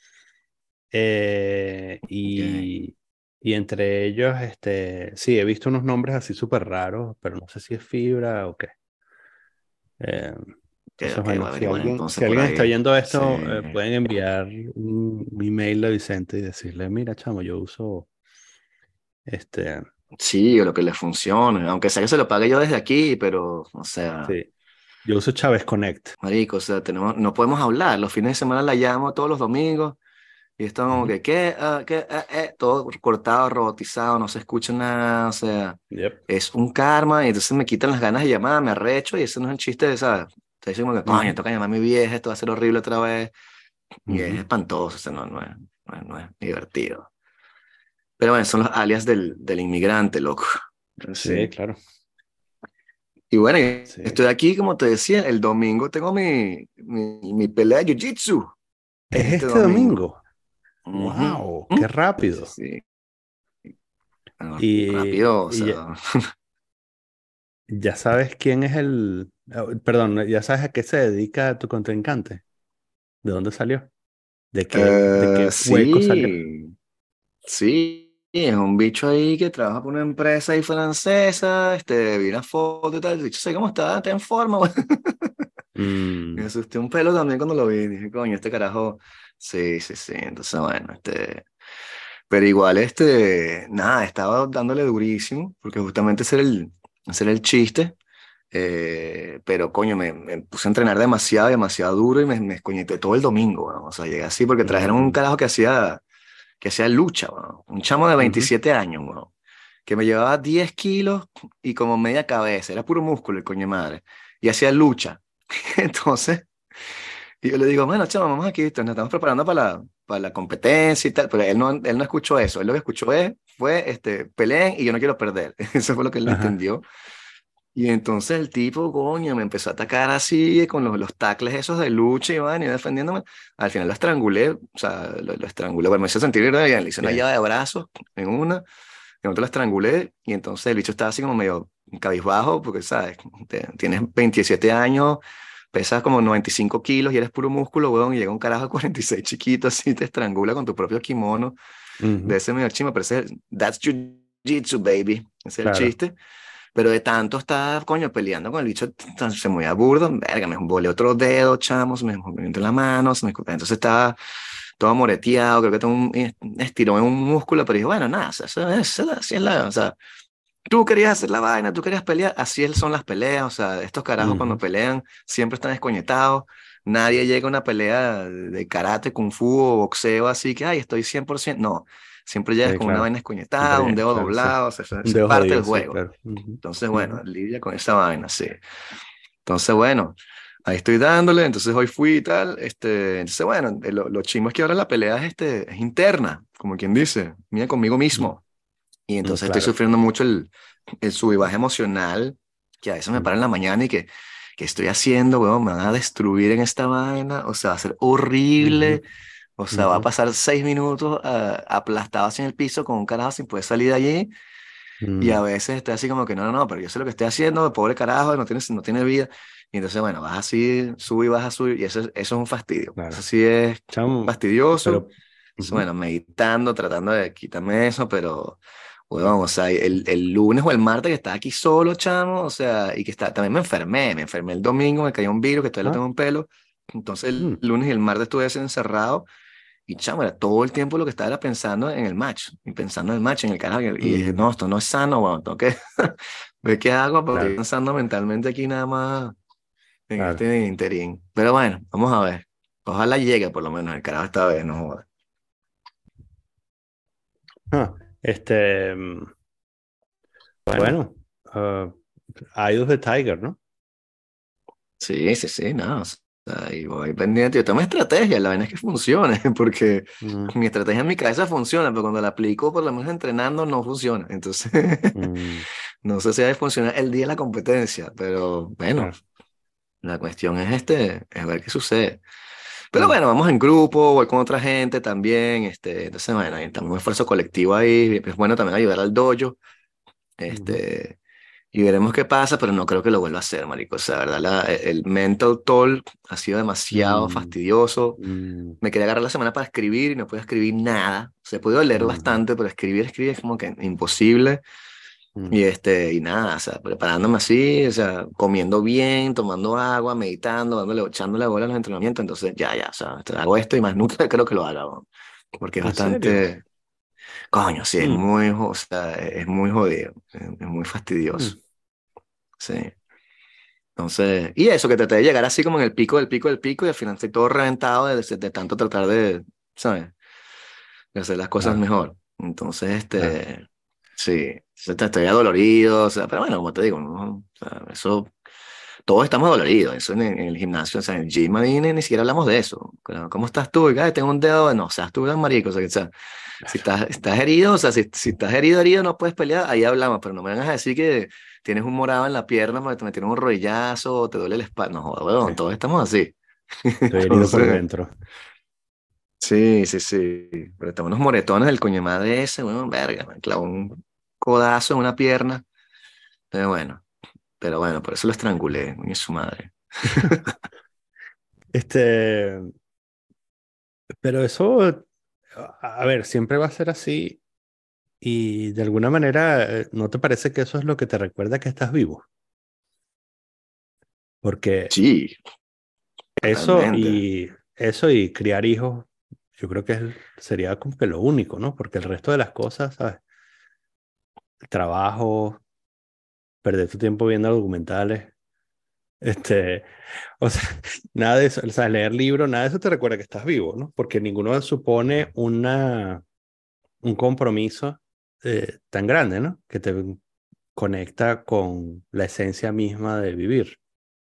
Eh, Ok, y, y entre ellos, este, sí, he visto unos nombres así súper raros, pero no sé si es fibra o qué. Eh, ok, entonces, ok, voy bueno, a si averiguar alguien, entonces si por alguien está ahí. oyendo Sí. esto, eh, pueden enviar un, un email a Vicente y decirle, mira, chamo, yo uso este, Sí, o lo que les funcione, aunque sea que se lo pague yo desde aquí, pero, o sea, sí, yo uso Chávez Connect. marico, o sea, tenemos, no podemos hablar. Los fines de semana la llamo todos los domingos y están como Ujú. que, ¿qué? Ah, ¿qué? Ah, eh, todo cortado, robotizado, no se escucha nada, o sea, Yep. es un karma y entonces me quitan las ganas de llamar, me arrecho y ese no es el chiste de, ¿sabes? Te dicen como que, coño, Ujú. toca llamar a mi vieja, esto va a ser horrible otra vez y es Ujú. espantoso, o sea, no, no es, no es, no es divertido. Pero bueno, son los alias del, del inmigrante, loco. Sí, Sí. claro. Y bueno, y Sí. estoy aquí, como te decía, el domingo tengo mi, mi, mi pelea de Jiu-Jitsu. Es Es este este domingo. domingo. Ujú. ¡Wow! ¡Qué Sí, rápido! sí. Ah, Y, rápido, o y ya, sea. ya sabes quién es el... oh, perdón, ya sabes a qué se dedica tu contrincante. ¿De dónde salió? ¿De qué, de Eh, qué hueco salió? sí, sí, es un bicho ahí que trabaja por una empresa ahí francesa. Este, vi una foto y tal. El bicho, sé cómo está, está en forma, güey. Me Mm, asusté un pelo también cuando lo vi. Dije, coño, este carajo. Sí, sí, sí. Entonces, bueno, este. Pero igual, este, nada, estaba dándole durísimo, porque justamente ese era el, ese era el chiste. Eh, pero coño, me, me puse a entrenar demasiado, demasiado duro y me, me escoñeté todo el domingo, weón. O sea, llegué así porque trajeron un mm, carajo que hacía, que hacía lucha, weón. Un chamo de ujú, veintisiete años, weón, que me llevaba diez kilos y como media cabeza, era puro músculo el coño de madre, y hacía lucha. Entonces, y yo le digo, bueno, chamo, vamos aquí, nos estamos preparando para la, para la competencia y tal, pero él no, él no escuchó eso, él lo que escuchó es fue, este, peleen y yo no quiero perder. Eso fue lo que él Ajá. entendió. Y entonces el tipo, coño, me empezó a atacar así, con los, los tacles esos de lucha y van y defendiéndome. Al final lo estrangulé, o sea, lo, lo estrangulé. Bueno, me hizo sentir bien, le hice una Bien. llave de brazos en una, en otra lo estrangulé, y entonces el bicho estaba así como medio cabizbajo, porque, ¿sabes? Te- tienes veintisiete años, pesas como noventa y cinco kilos y eres puro músculo, weón, y llega un carajo de cuarenta y seis chiquito así, te estrangula con tu propio kimono de Ujú. ese medio chimo, pero ese es- that's jiu-jitsu, baby, ese es el Claro. chiste. Pero de tanto estar, coño, peleando con el bicho, t- se movía burdo, verga, me volé otro dedo, chamos, me movió entre la mano, se me escu- entonces estaba todo moreteado, creo que tengo un es- un estirón en un músculo, pero dije, bueno, nada, o sea, eso es, así es la, o sea, tú querías hacer la vaina, tú querías pelear, así es- son las peleas, o sea, estos carajos cuando Ujú. pelean siempre están desconectados, nadie llega a una pelea de karate, kung fu o boxeo así que, ay, estoy cien por ciento, no, siempre llegas Sí, con una claro. vaina desconectada, un Siempre, dedo claro, sí. doblado, o sea, eso, Un eso es dedo parte del jodido, sí, juego. claro. Ujú. Entonces, bueno, Ujú. lidia con esa vaina, sí. Entonces, bueno, ahí estoy dándole, entonces hoy fui y tal, este, entonces, bueno, eh, lo, lo chimo es que ahora la pelea es, este, es interna, como quien dice, mía conmigo Mm, mismo. Y mm, entonces estoy claro. sufriendo mucho el, el sub y baja emocional, que a veces me Mm, para en la mañana y que, que estoy haciendo, weón, me van a destruir en esta vaina, o sea, va a ser ujú, horrible, o sea, va a ujú, pasar seis minutos ah, aplastado así en el piso con un carajo sin poder salir de allí, y a mm. veces estoy así como que no, no, no, pero yo sé lo que estoy haciendo, pobre carajo, no tiene, no tiene vida. Y entonces, bueno, vas así, sube y baja, sube, y eso, es- eso es un fastidio. Eso Claro. sí es Chamo, fastidioso. pero Entonces, ujú, bueno, meditando, tratando de quitarme eso, pero, bueno, mm, o sea, el, el lunes o el martes que estaba aquí solo, chamo, o sea, y que está, también me enfermé, me enfermé el domingo, me cayó un virus que todavía lo ah, tengo en pelo. Entonces, el mm, lunes y el martes estuve así encerrado. Y chamo, era todo el tiempo lo que estaba era pensando en el match, y pensando en el match, en el carajo, y y dije, mm, no, esto no es sano, bueno, tengo que ver qué hago, porque estoy claro, pensando mentalmente aquí nada más en claro. este interín. Pero bueno, vamos a ver. Ojalá llegue por lo menos el carajo esta vez, no joda. Ah, este, mm, bueno, ah, Eye of the Tiger, ¿no? Sí, sí, sí, no. O sea, y voy pendiente. Yo tengo una estrategia, la vaina es que funcione, porque Mm, mi estrategia en mi cabeza funciona, pero cuando la aplico, por lo menos entrenando, no funciona. Entonces, mm, no sé si va a funcionar el día de la competencia, pero bueno. claro. La cuestión es este, es ver qué sucede. Pero Mm, bueno, vamos en grupo, voy con otra gente también, este, entonces bueno, hay también un esfuerzo colectivo ahí, es bueno también ayudar al dojo, ujú, este, y veremos qué pasa, pero no creo que lo vuelva a hacer, marico, o sea, verdad, la- el mental toll ha sido demasiado mm, fastidioso, mm, me quería agarrar la semana para escribir y no puedo escribir nada, o sea, he podido leer ujú, bastante, pero escribir, escribir es como que imposible. mm. Y este, y nada, o sea, preparándome así, o sea, comiendo bien, tomando agua, meditando, dándole, echándole bola a los entrenamientos, entonces ya, ya, o sea, te hago esto y más nunca creo que lo haga, weón, porque es ¿En serio? bastante, coño, sí, es Mm, muy, jo- o sea, es muy jodido, es, es muy fastidioso, mm, sí. Entonces, y eso, que traté de llegar así como en el pico del pico del pico y al final estoy todo reventado de, de, de tanto tratar de, ¿sabes? De hacer las cosas claro, mejor. Entonces, claro. este, sí, estoy estoy adolorido, o sea, pero bueno, como te digo, ¿no? O sea, eso, todos estamos doloridos, eso en, el en el gimnasio, o sea, en el gym, ahí ni, ni siquiera hablamos de eso. Pero, ¿cómo estás tú? Y, "Ay, tengo un dedo", no, o sea, tú eres marico, o sea, que, o sea, si estás, estás herido, o sea, si, si estás herido, herido, no puedes pelear, ahí hablamos, pero no me vengas a decir que tienes un morado en la pierna porque te metieron un rodillazo o te duele la espalda, no, joder, Sí, weón, todos estamos así. estoy herido por Entonces, dentro. sí, sí, sí. Pero tengo unos moretones del coño de madre ese, bueno, verga, me clavó un codazo en una pierna. Pero bueno, pero bueno, por eso lo estrangulé, coño de su madre. Este, pero eso, a a ver, siempre va a ser así y de alguna manera, eh, ¿no te parece que eso es lo que te recuerda que estás vivo? Porque Sí, eso totalmente. y eso y criar hijos, yo creo que es- sería como que lo único, ¿no? Porque el resto de las cosas, ¿sabes? El trabajo, perder tu tiempo viendo documentales, este, o sea, nada de eso, o sea, leer libros, nada de eso te recuerda que estás vivo, ¿no? Porque ninguno supone una, un compromiso eh, tan grande, ¿no? Que te conecta con la esencia misma de vivir.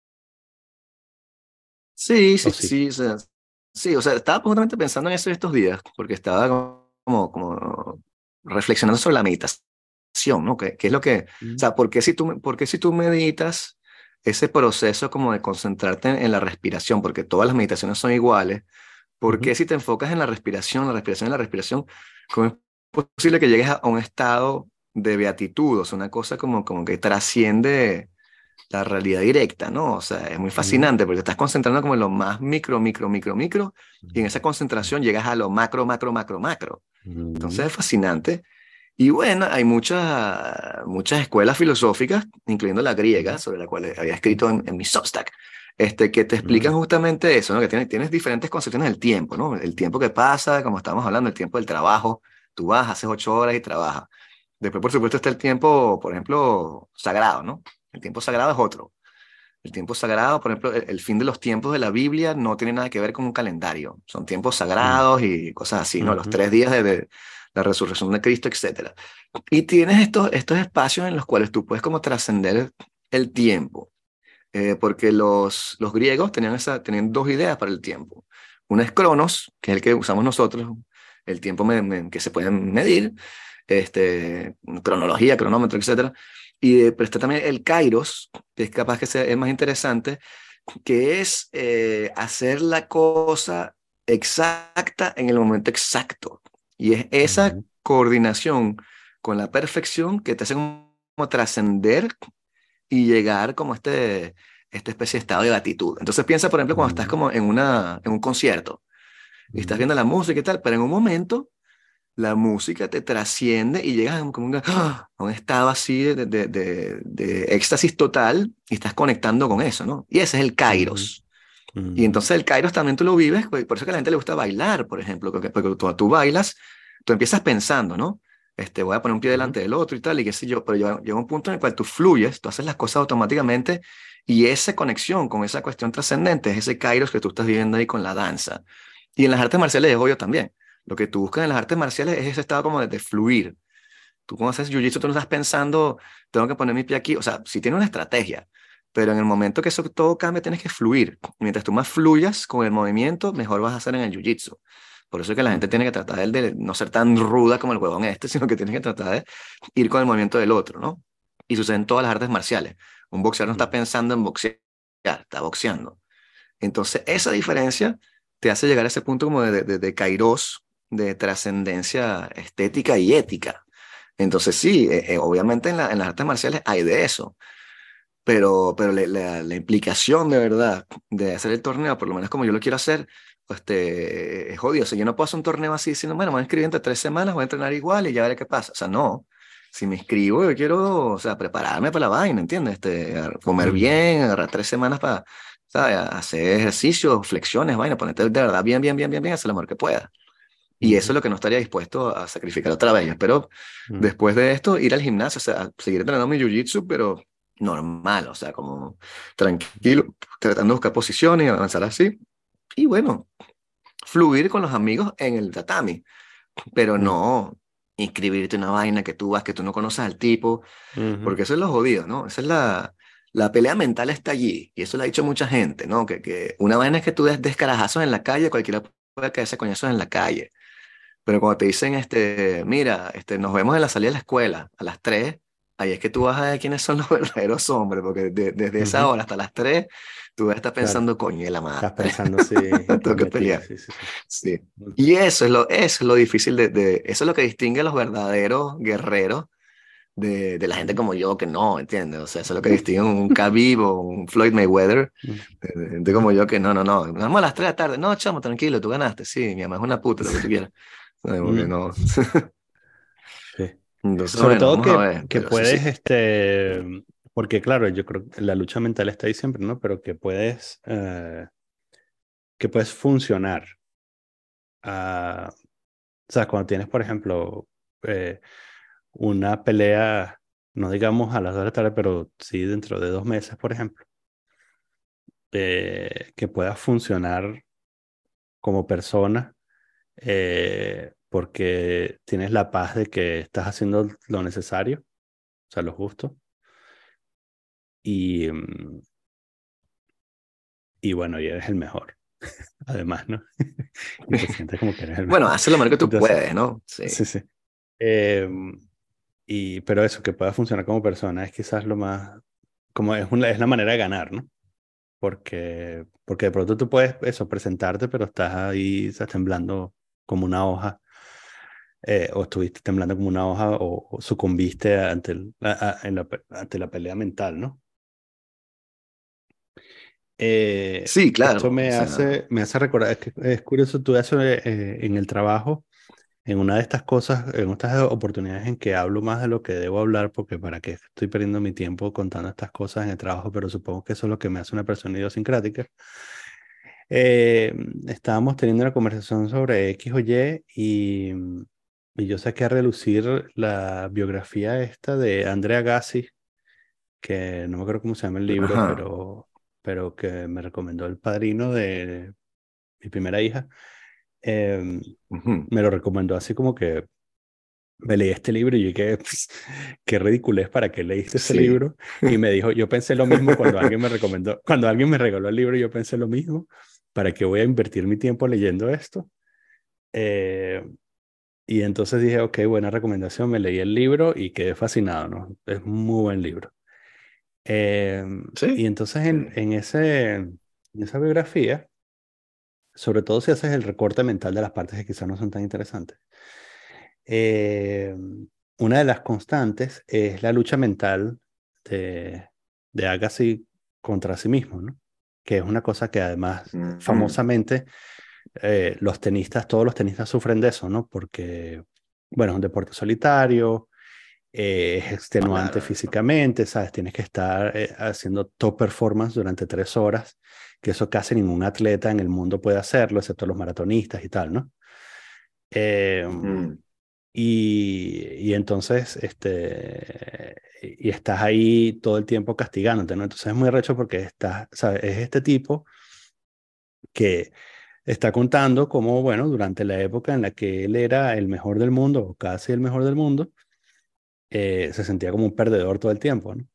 Sí, ¿O sí, sí? sí, o sea, sí, o sea, estaba justamente pensando en eso estos días, porque estaba como, como reflexionando sobre la meditación, ¿no? ¿Qué, qué es lo que, o Mm, sea, ¿por qué si tú, por qué si tú meditas ese proceso como de concentrarte en, en la respiración? Porque todas las meditaciones son iguales. ¿Por ujú, qué si te enfocas en la respiración, la respiración, la respiración, cómo es posible que llegues a un estado de beatitud? O sea, una cosa como, como que trasciende la realidad directa, ¿no? O sea, es muy ujú, fascinante porque te estás concentrando como en lo más micro, micro, micro, micro, y en esa concentración llegas a lo macro, macro, macro, macro. Entonces ujú, es fascinante. Y bueno, hay muchas, muchas escuelas filosóficas, incluyendo la griega, ujú, sobre la cual había escrito en, en mi Substack, este, que te ujú, explican justamente eso, ¿no? Que tienes, tienes diferentes concepciones del tiempo, ¿no? El tiempo que pasa, como estábamos hablando, el tiempo del trabajo. Tú vas, haces ocho horas y trabajas. Después, por supuesto, está el tiempo, por ejemplo, sagrado, ¿no? El tiempo sagrado es otro. El tiempo sagrado, por ejemplo, el, el fin de los tiempos de la Biblia no tiene nada que ver con un calendario. Son tiempos mm, sagrados y cosas así, ¿no? Los ujú, tres días de, de la resurrección de Cristo, etcétera. Y tienes estos, estos espacios en los cuales tú puedes como trascender el tiempo, eh, porque los, los griegos tenían, esa, tenían dos ideas para el tiempo. Una es Cronos, que es el que usamos nosotros, el tiempo me- me- que se puede medir, este, cronología, cronómetro, etcétera. Y, eh, pero está también el Kairos, que es capaz que sea, es más interesante, que es eh, hacer la cosa exacta en el momento exacto. Y es esa ujú, coordinación con la perfección que te hace como trascender y llegar como a este, esta especie de estado de gratitud. Entonces piensa, por ejemplo, cuando estás ujú, como en, una, en un concierto y estás ujú, viendo la música y tal, pero en un momento la música te trasciende y llegas a como un, ¡ah! A un estado así de, de, de, de éxtasis total y estás conectando con eso, ¿no? Y ese es el ujú, Kairos. Y ujú, entonces el Kairos también tú lo vives, pues, por eso que a la gente le gusta bailar, por ejemplo, porque, porque cuando tú bailas, tú empiezas pensando, ¿no? Este, voy a poner un pie ujú, delante del otro y tal, y qué sé yo, pero llega, llega un punto en el cual tú fluyes, tú haces las cosas automáticamente, y esa conexión con esa cuestión trascendente es ese Kairos que tú estás viviendo ahí con la danza. Y en las artes marciales es obvio también. Lo que tú buscas en las artes marciales es ese estado como de, de fluir. Tú cuando haces jiu-jitsu, tú no estás pensando, tengo que poner mi pie aquí. O sea, sí tiene una estrategia, pero en el momento que eso todo cambia, tienes que fluir. Y mientras tú más fluyas con el movimiento, mejor vas a hacer en el jiu-jitsu. Por eso es que la gente ujú, tiene que tratar de, de no ser tan ruda como el huevón este, sino que tiene que tratar de ir con el movimiento del otro, ¿no? Y sucede en todas las artes marciales. Un boxeador no está ujú, pensando en boxear, está boxeando. Entonces, esa diferencia te hace llegar a ese punto como de, de, de kairos, de trascendencia estética y ética. Entonces sí, eh, eh, obviamente en, la- en las artes marciales hay de eso, pero, pero le- la, la implicación de verdad de hacer el torneo, por lo menos como yo lo quiero hacer, pues este, es jodido. O sea, yo no puedo hacer un torneo así diciendo, bueno, me voy a inscribir entre tres semanas, voy a entrenar igual y ya veré qué pasa. O sea, no. Si me inscribo, yo quiero, o sea, prepararme para la vaina, ¿entiendes? Este, a- comer ujú, bien, agarrar tres semanas para, ¿sabes? Hacer ejercicios, flexiones, vaina, ponerte de verdad bien, bien, bien, bien, bien, hacer lo mejor que pueda. Y eso es ujú, lo que no estaría dispuesto a sacrificar otra vez. Yo espero, ujú, después de esto, ir al gimnasio, o sea, seguir entrenando mi jiu-jitsu, pero normal, o sea, como tranquilo, tratando de buscar posiciones y avanzar así. Y bueno, fluir con los amigos en el tatami, pero ujú, no inscribirte en una vaina que tú vas, que tú no conoces al tipo, ujú, porque eso es lo jodido, ¿no? Esa es la... La pelea mental está allí, y eso lo ha dicho mucha gente, ¿no? Que, que una vaina es que tú des descarajazos en la calle, cualquiera puede caerse coñazos en la calle. Pero cuando te dicen, este, mira, este, nos vemos en la salida de la escuela a las tres, ahí es que tú vas a ver quiénes son los verdaderos hombres, porque de- desde esa ujú. hora hasta las tres, tú vas a estar Claro, pensando, coño de la madre, estás pensando si en qué tengo me que metí. pelear. Sí, sí, sí. Sí. Y eso es lo, eso es lo difícil de, de- eso es lo que distingue a los verdaderos guerreros de, de la gente Ujú, como yo, que no, ¿entiendes? O sea, eso es lo que distingue a un Khabib o un Floyd Mayweather, ujú, de, de gente ujú. como yo que no, no, no, vamos a las tres de la tarde, no, chamo, tranquilo, tú ganaste, sí, mi mamá es una puta, lo que tú quieras. Ay, porque Mm, no. sí. Entonces, Sobre bueno, todo vamos a que, ver, que pero sí, puedes, sí. este, porque claro, yo creo que la lucha mental está ahí siempre, ¿no? Pero que puedes, eh, que puedes funcionar. Ah, o sea, cuando tienes, por ejemplo, eh, una pelea, no digamos a las dos de la tarde, pero sí dentro de dos meses, por ejemplo, eh, que puedas funcionar como persona, eh, porque tienes la paz de que estás haciendo lo necesario, o sea, lo justo, y, mm, y bueno, y eres el mejor, además, ¿no? Y te sientes como que eres el Bueno, mejor. haz lo mejor que tú Entonces, puedes, ¿no? Sí. sí, sí. Eh, y, pero eso, que pueda funcionar como persona es quizás lo más, como es, una, es la manera de ganar, ¿no? Porque, porque de pronto tú puedes eso, presentarte, pero estás ahí, estás temblando como una hoja, eh, o estuviste temblando como una hoja, o, o sucumbiste ante, el- a- a- en la, pe- ante la pelea mental, ¿no? Eh, Sí, esto claro, o me sea, hace, me hace recordar, es, que es curioso, tú eso eh, en el trabajo, en una de estas cosas, en estas oportunidades en que hablo más de lo que debo hablar, porque para qué estoy perdiendo mi tiempo contando estas cosas en el trabajo, pero supongo que eso es lo que me hace una persona idiosincrática. Eh, Estábamos teniendo una conversación sobre X o Y y, y yo saqué a relucir la biografía esta de Andrea Gassi, que no me acuerdo cómo se llama el libro, ajá. pero, pero que me recomendó el padrino de mi primera hija. Eh, Ujú. Me lo recomendó así como que me leí este libro y yo dije, "Pues, qué ridiculez, ¿para qué leíste ese Sí. libro?" Y me dijo, yo pensé lo mismo cuando alguien me recomendó, cuando alguien me regaló el libro, yo pensé lo mismo, ¿para qué voy a invertir mi tiempo leyendo esto? Eh, y entonces dije, ok, buena recomendación, me leí el libro y quedé fascinado, ¿no? Es un muy buen libro. Eh, y Sí. entonces Sí. en, en ese, en esa biografía, sobre todo si haces el recorte mental de las partes que quizás no son tan interesantes, eh, una de las constantes es la lucha mental de, de Agassi contra sí mismo, ¿no? Que es una cosa que además Ujú. famosamente eh, los tenistas, todos los tenistas sufren de eso, ¿no? Porque, bueno, es un deporte solitario, eh, es extenuante Claro. físicamente, ¿sabes? Tienes que estar eh, haciendo top performance durante tres horas, que eso casi ningún atleta en el mundo puede hacerlo, excepto los maratonistas y tal, ¿no? Eh, Mm. y, y entonces, este, y estás ahí todo el tiempo castigándote, ¿no? Entonces es muy recho porque estás, ¿sabes? Es este tipo que está contando cómo, bueno, durante la época en la que él era el mejor del mundo, o casi el mejor del mundo, eh, se sentía como un perdedor todo el tiempo, ¿no?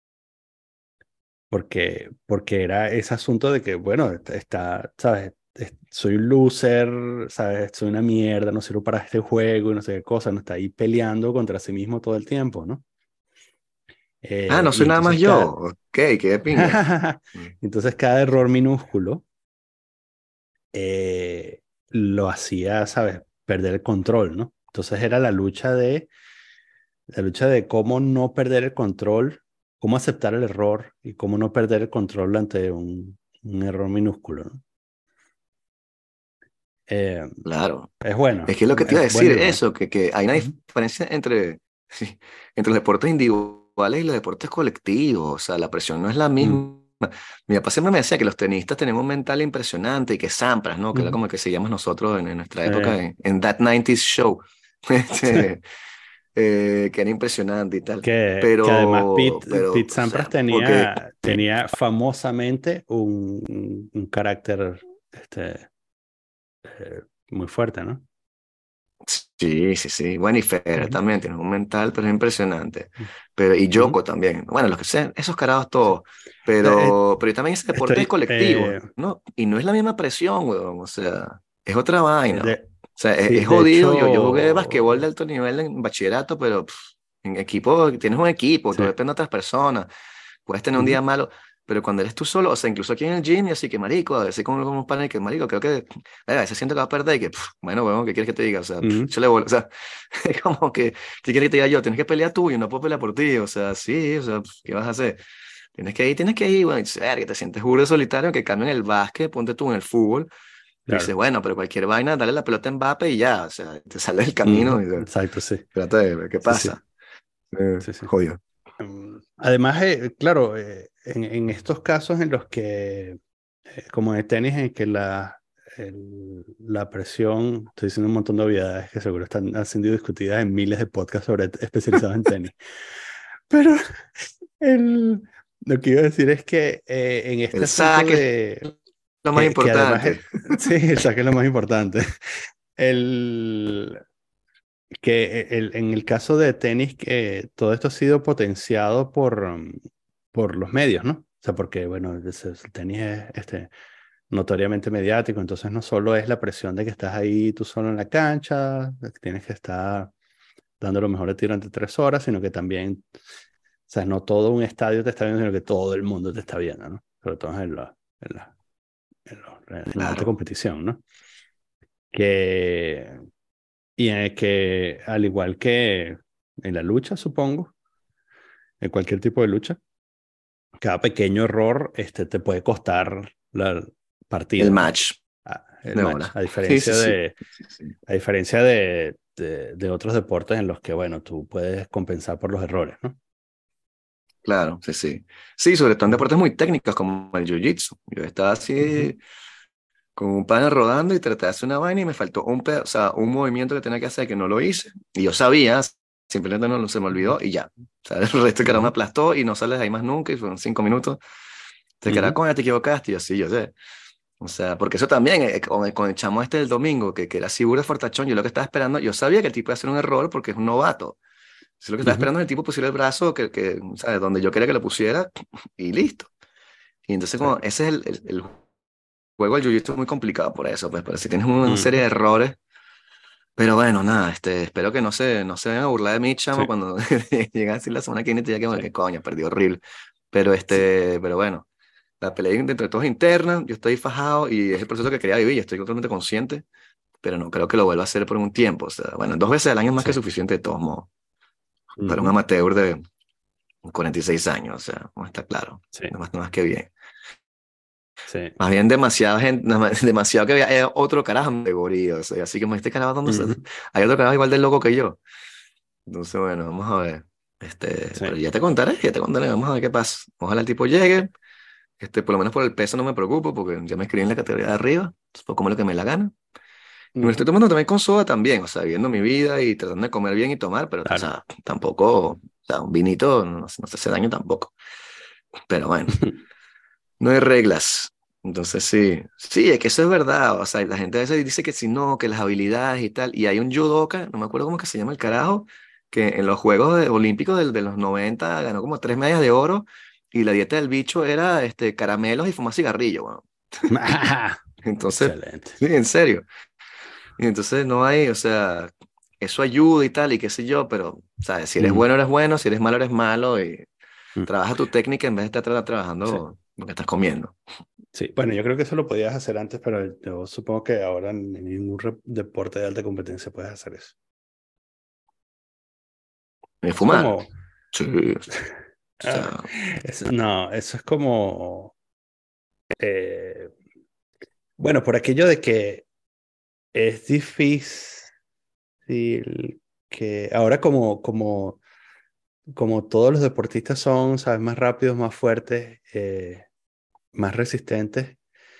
Porque, porque era ese asunto de que, bueno, está, está, ¿sabes? Es- Soy un loser, ¿sabes? Soy una mierda, no sirvo para este juego y no sé qué cosa, no está ahí peleando contra sí mismo todo el tiempo, ¿no? Ah, Eh, no y soy nada más entonces yo. cada, Ok, qué de pinga. Mm. entonces cada error minúsculo eh, lo hacía, ¿sabes? Perder el control, ¿no? Entonces era la lucha de, la lucha de cómo no perder el control, cómo aceptar el error y cómo no perder el control ante un, un error minúsculo, ¿no? Eh, Claro. es bueno, Es que es lo que te es iba a buen decir, libro, ¿no? eso, que, que hay una Ujú. diferencia entre, sí, entre los deportes individuales y los deportes colectivos. O sea, la presión no es la Mm, misma. Mi papá siempre me decía que los tenistas tenemos un mental impresionante y que Sampras, ¿no? Que era ujú. como el que seguíamos nosotros en, en nuestra Sí, época en, en That noventa Show. Este, eh, que era impresionante y tal. que, que además Pero, Pete, pero, Pete o Sampras sea, porque tenía, tenía famosamente un, un, un carácter este, eh, muy fuerte, ¿no? sí, sí, sí. Bueno, y Federer Ujú, también tiene un mental, pero es impresionante. Pero, y ujú, Yoko también. Bueno, los que sean, esos carajos sí. todos. Eh, eh, Pero, pero también ese deporte es Estoy, colectivo, eh, ¿no? Y no es la misma presión, weón. O sea, es otra vaina. O de, sea, es, sí, es de jodido. Yo, yo jugué basquetbol de hecho, alto nivel en bachillerato, pero pff, en equipo, tienes un equipo, sí, tú dependes de otras personas. Puedes tener un ujú, día malo, pero cuando eres tú solo, o sea, incluso aquí en el gym, y así que marico, a veces como unos panes que marico, creo que, a veces siento que va a perder y que, pff, bueno, bueno, ¿qué quieres que te diga? O sea, pff, ujú, échale bola, o sea, es como que, ¿qué quieres que te diga yo? Tienes que pelear tú y no puedo pelear por ti, o sea, sí, o sea, pff, ¿qué vas a hacer? Tienes que ir, tienes que ir, bueno, y ser, que te sientes burdo de solitario, que cambio en el básquet, ponte tú en el fútbol, tú dices, claro, bueno, pero cualquier vaina, dale la pelota a Mbappé y ya, o sea, te sales del camino ujú, y eh, exacto, sí, trata de ver qué sí, sí, pasa. Eh, sí, sí. jodido. Mm, Además, eh, claro, eh, en, en estos casos en los que, eh, como en el tenis, en que la, el- la presión, estoy diciendo un montón de obviedades que seguro están han sido discutidas en miles de podcasts sobre especializados en tenis, pero el, lo que iba a decir es que eh, en este El asunto saque es de, lo más que, que además, importante. el- sí, el saque es lo más importante, el, que el- en el caso de tenis, que todo esto ha sido potenciado por, um, por los medios, ¿no? O sea, porque, bueno, el, el tenis es este, notoriamente mediático, entonces no solo es la presión de que estás ahí tú solo en la cancha, de que tienes que estar dando lo mejor de ti durante tres horas, sino que también, o sea, no todo un estadio te está viendo, sino que todo el mundo te está viendo, ¿no? Sobre todo en la, en la, en los- en la alta Claro. competición, ¿no? Que, y en el que, al igual que en la lucha, supongo, en cualquier tipo de lucha, cada pequeño error este, te puede costar la El partida, ¿no? match Ah, el de match, hora. a Sí, sí, diferencia sí. de, Sí, sí. a diferencia de, de, de otros deportes en los que, bueno, tú puedes compensar por los errores, ¿no? Claro, sí, sí. Sí, sobre todo en Ujú, deportes muy técnicos como el jiu-jitsu. Yo estaba ujú, así con un pana rodando y traté de hacer una vaina y me faltó un, peda- o sea, un movimiento que tenía que hacer que no lo hice. Y yo sabía, simplemente no lo- se me olvidó y ya. O sea, el resto que me ujú, aplastó y no sales de ahí más nunca y fueron cinco minutos. Te quedará ujú, con, te equivocaste. Y yo, sí, yo sé. O sea, porque eso también, eh, con, el, con el chamo este del domingo, que, que era así de fortachón, yo lo que estaba esperando, yo sabía que el tipo iba a hacer un error porque es un novato. Yo lo que estaba ujú. esperando es el tipo pusiera el brazo que, que, ¿sabes? Donde yo quería que lo pusiera y listo. Y entonces, Sí. como ese es el, el, el juego del jiu-jitsu es muy complicado por eso, pues, pero si tienes una serie Ujú. de errores, pero bueno, nada, este, espero que no se, no se vayan a burlar de mí, Sí, chamo, cuando llegan así la semana que viene y te digan que, que sí. coño, perdí horrible. Pero Sí. este, pero bueno, la pelea entre todos es interna, yo estoy fajado y es el proceso que quería vivir, y estoy totalmente consciente, pero no creo que lo vuelva a hacer por un tiempo. O sea, bueno, dos veces al año es más Sí. que suficiente de todos modos, para un Ujú. amateur de cuarenta y seis años, o sea, no está claro, Sí, no más, no más que bien. sí. Más bien demasiada gente, nada más- demasiado que había eh, otro carajo en categoría, o sea, así como este carajo, ¿dónde está? Ujú. Hay otro carajo igual de loco que yo. Entonces, bueno, vamos a ver. Este, Sí. pero ya te contaré, ya te contaré, vamos a ver qué pasa. Ojalá el tipo llegue, este, por lo menos por el peso no me preocupo, porque ya me escribí en la categoría de arriba, entonces puedo comer lo que me la gana. Y me lo estoy Ujú. tomando también con soda también, o sea, viviendo mi vida y tratando de comer bien y tomar, pero, o Claro. sea, tampoco, o sea, un vinito no, no se hace daño tampoco. Pero bueno. No hay reglas. Entonces sí, sí, es que eso es verdad. O sea, la gente a veces dice que si no, que las habilidades y tal. Y hay un judoka, no me acuerdo cómo que se llama el carajo, que en los Juegos de- Olímpicos del- de, los noventa ganó como tres medallas de oro y la dieta del bicho era este, caramelos y fumar cigarrillo. Bueno. Ah, Entonces, excelente. sí, en serio. Y entonces no hay, o sea, eso ayuda y tal y qué sé yo, pero, ¿sabes? Si eres Mm, bueno, eres bueno, si eres malo, eres malo y mm. trabaja tu técnica en vez de estar tra- Sí, trabajando lo que estás comiendo. sí. Bueno, yo creo que eso lo podías hacer antes, pero yo supongo que ahora en ningún re- deporte de alta competencia puedes hacer eso. Y Es fumar. como, Sí, o ah, sea, es- no, eso es como, eh, bueno, por aquello de que es difícil que ahora como, como, como todos los deportistas son, sabes, más rápidos, más fuertes, eh, más resistentes,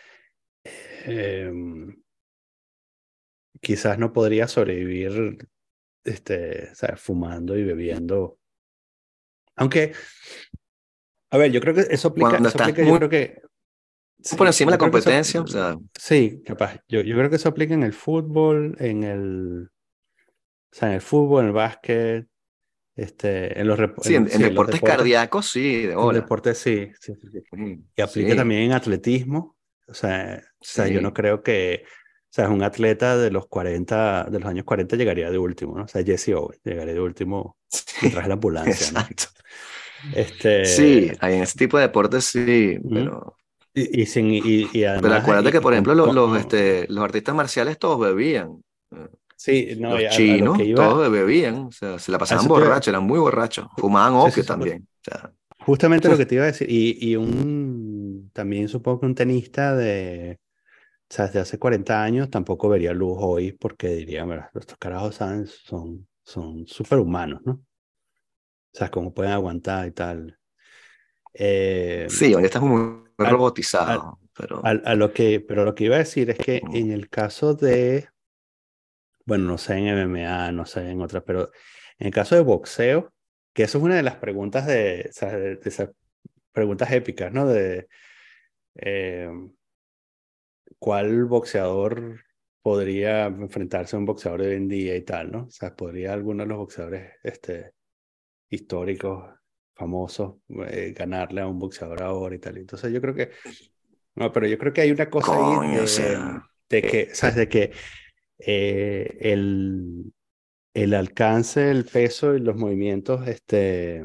em, quizás no podría sobrevivir, este, sabes, fumando y bebiendo. Aunque, a ver, yo creo que eso aplica, cuando eso estás aplica, yo muy creo que, por sí, encima de la yo creo que eso, competencia, o sea, sí, capaz, yo, yo creo que eso aplica en el fútbol, en el, o sea, en el fútbol, en el básquet, este, en los, rep- sí, en- en, en sí, en los deportes deportes, cardíacos, sí, de en los hora. deportes sí, sí, sí, sí. Mm, Y aplica sí, también en atletismo, o sea, o sea, yo no sí, creo que, o sea, un atleta de los cuarenta de los años cuarenta llegaría de último, ¿no? O sea, Jesse Owens llegaría de último sí, detrás de la ambulancia, ¿no? exacto. Sí, Este, hay en ese tipo de deportes, sí, ujú. pero, Y, y, sin, y, y pero además, acuérdate y, que, y por con, ejemplo, los, los, con- este, los artistas marciales todos bebían. Eh, sí, no, y Los a, a lo que chinos iba, todos bebían, o sea, se la a pasaban eso te iba, borrachos, eran muy borrachos, fumaban sí, sí, opio sí, ju- también. O sea, justamente lo que te iba a decir, y, y un, también supongo que un tenista de, o sea, desde hace cuarenta años tampoco vería luz hoy porque diría, mira, estos carajos saben, son, son superhumanos, ¿no? O sea, cómo pueden aguantar y tal. Eh, sí, hoy estás muy al- al- robotizado, pero... al- a lo que, pero lo que iba a decir es que mm, en el caso de, bueno, no sé en M M A, no sé en otras, pero en el caso de boxeo, que eso es una de las preguntas de, o sea, de, de esas preguntas épicas, ¿no? De eh, cuál boxeador podría enfrentarse a un boxeador de hoy en día y tal, ¿no? O sea, podría alguno de los boxeadores este, históricos, famosos, eh, ganarle a un boxeador ahora y tal. Entonces yo creo que, no, pero yo creo que hay una cosa ahí Coño, o sea, de, de que, ¿sabes? De que eh, el, el alcance, el peso y los movimientos, este,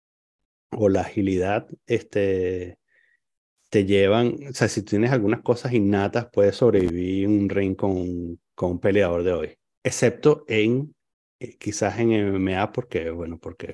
o la agilidad, este, te llevan, o sea, si tienes algunas cosas innatas, puedes sobrevivir en un ring con, un- con un peleador de hoy. Excepto en, eh, quizás en M M A, porque, bueno, porque,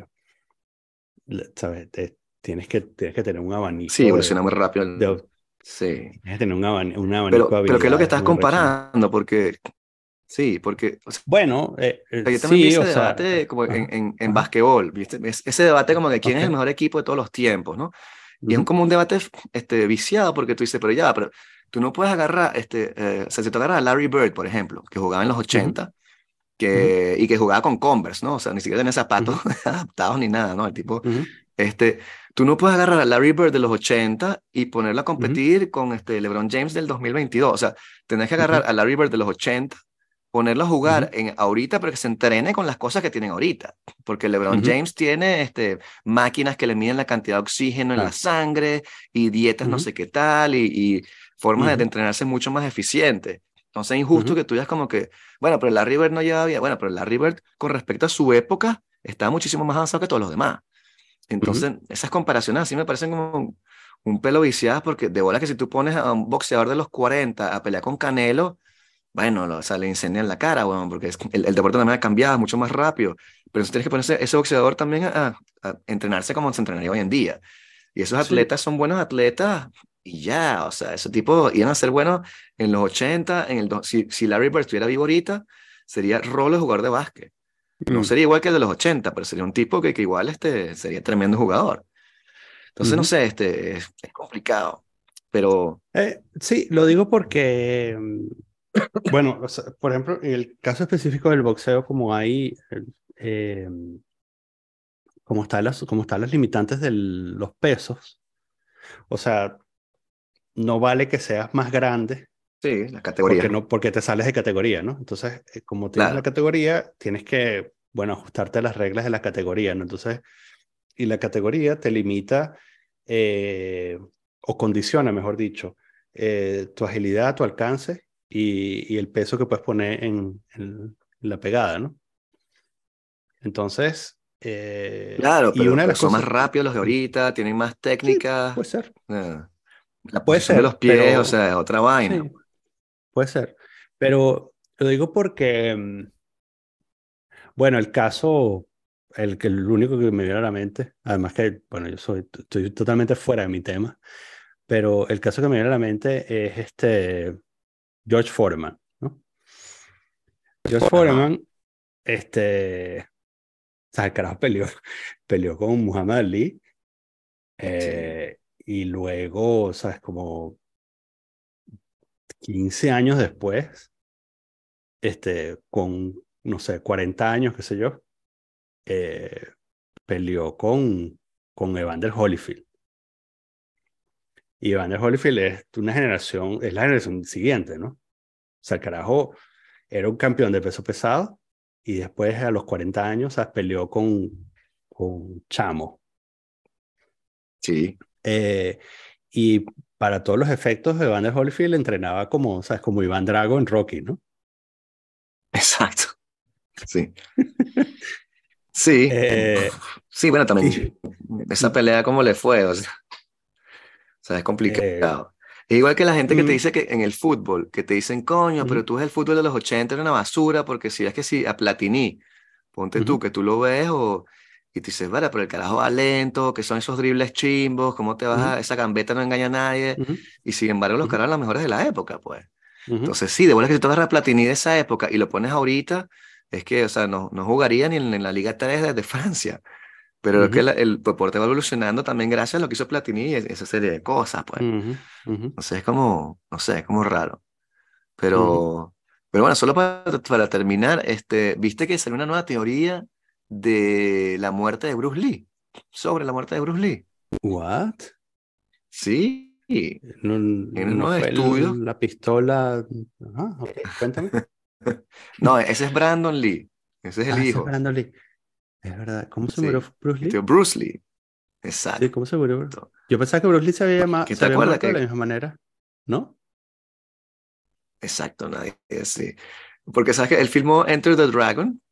le- ¿sabes? Te- tienes que, tienes que tener un Sí, abanico de, evoluciona muy rápido. de, el- op- Sí. tienes que tener un abanico, un abanico de Pero, pero ¿qué es lo que habilidades estás muy arrecho, ¿no? comparando? Porque, sí, porque, o sea, Bueno, eh, eh, yo también vi sí, ese o sea, debate como en, ajá, en, en ajá, basquetbol, ¿viste? Es- Ese debate como de quién es el ok, mejor equipo de todos los tiempos, ¿no? Y es un- ujú, como un debate este, viciado porque tú dices, pero ya, pero tú no puedes agarrar, este, eh, o sea, si tú agarras a Larry Bird, por ejemplo, que jugaba en los ujú, ochenta ujú, que, y que jugaba con Converse, ¿no? O sea, ni siquiera tenía zapatos ujú, adaptados ni nada, ¿no? El tipo, ujú, este, tú no puedes agarrar a Larry Bird de los ochenta y ponerlo a ujú, competir con este LeBron James del dos mil veintidós. O sea, tenés que agarrar ujú, a Larry Bird de los ochenta, ponerlo a jugar ujú, en ahorita, pero que se entrene con las cosas que tienen ahorita. Porque LeBron ujú, James tiene este, máquinas que le miden la cantidad de oxígeno en la claro, sangre y dietas no ujú, sé qué tal y, y formas de, de ujú, entrenarse mucho más eficientes. Entonces es injusto ujú, que tú digas como que, bueno, pero Larry Bird no lleva bien. Bueno, pero Larry Bird con respecto a su época está muchísimo más avanzado que todos los demás. ujú, Entonces, esas comparaciones así me parecen como un, un pelo viciadas porque de bola que si tú pones a un boxeador de los cuarenta a pelear con Canelo, bueno, lo- o sea, le incendian la cara, weón, porque es- el, el deporte también ha cambiado mucho más rápido. Pero entonces tienes que ponerse ese boxeador también a, a entrenarse como se entrenaría hoy en día. Y esos sí, atletas son buenos atletas y ya, o sea, ese tipo iban a ser buenos en los ochenta en el, do- si, si Larry Bird estuviera vivo ahorita, sería rolo jugador de básquet. No mm, sería igual que el de los ochenta pero sería un tipo que, que igual este, sería tremendo jugador. Entonces, no ujú. sé, este, es, es complicado, pero Eh, sí, lo digo porque, mm, bueno, o sea, por ejemplo, en el caso específico del boxeo, como hay, eh, como están las, como están las limitantes de los pesos, o sea, no vale que seas más grande sí, las porque categorías, no, porque te sales de categoría, ¿no? Entonces, eh, como tienes la claro, categoría, tienes que, bueno, ajustarte a las reglas de la categoría, ¿no? Entonces, y la categoría te limita eh, o condiciona, mejor dicho, eh, tu agilidad, tu alcance y, y el peso que puedes poner en, en la pegada, ¿no? Entonces, eh, claro, y pero, una de pero las son más cosas, rápidos los de mm, ahorita, tienen más sí, técnicas, puede ser, eh, la puede posición de los ser, pies, o pero sea, es otra vaina. sí, puede ser. Pero lo digo porque, mm, bueno, el caso, el que el único que me viene a la mente, además que, bueno, yo soy, estoy totalmente fuera de mi tema, pero el caso que me viene a la mente es este George Foreman, ¿no? George Ajá, Foreman, este, o sea, el carajo peleó, peleó con Muhammad Ali sí, eh, y luego, ¿sabes? Como quince años después, este, con, no sé, cuarenta años, qué sé yo, eh, peleó con, con Evander Holyfield. Y Evander Holyfield es una generación, es la generación siguiente, ¿no? O sea, el carajo era un campeón de peso pesado y después a los cuarenta años, ¿sabes? Peleó con, con Chamo. sí, Eh, y para todos los efectos, Evander Holyfield entrenaba como, ¿sabes? Como Iván Drago en Rocky, ¿no? exacto, sí, sí, Eh, sí, bueno, y, también esa y, pelea, ¿cómo le fue? O sea, o sea, es eh, complicado. Es igual que la gente que te mm, dice que en el fútbol, que te dicen, coño, pero ujú, tú ves el fútbol de los ochenta era una basura, porque si es que si a Platini, ponte tú, ujú, que tú lo ves o, y te dices, vale, pero el carajo va lento, que son esos dribles chimbos, ¿cómo te vas ujú, a, esa gambeta no engaña a nadie? ujú, Y sin embargo, los ujú, caras eran los mejores de la época, pues. ujú, Entonces, sí, de verdad que si tú agarras a Platini de esa época y lo pones ahorita, es que, o sea, no, no jugaría ni en, en la Liga tres de, de Francia. Pero es que ujú, la- el deporte va evolucionando también gracias a lo que hizo Platini y esa serie de cosas, pues. ujú, ujú, Entonces es como, no sé, es como raro. ujú. Pero, pero bueno, solo para, para terminar, este, ¿viste que salió una nueva teoría de la muerte de Bruce Lee? Sobre la muerte de Bruce Lee. What? Sí, No, en no unos fue estudios. el- la pistola. Ajá, ok, cuéntame. No, ese es Brandon Lee. Ese es el Ah, ese es hijo. Brandon Lee. Es verdad. ¿Cómo se murió Sí. Bruce Este Lee? Bruce Lee. Sí, Exacto. ¿cómo se murió? Yo pensaba que Bruce Lee se había, ma- ¿Que se te había acuerdas muerto de la que? misma manera. ¿No? Exacto, nadie. Sí. Porque sabes que él filmó Enter the Dragon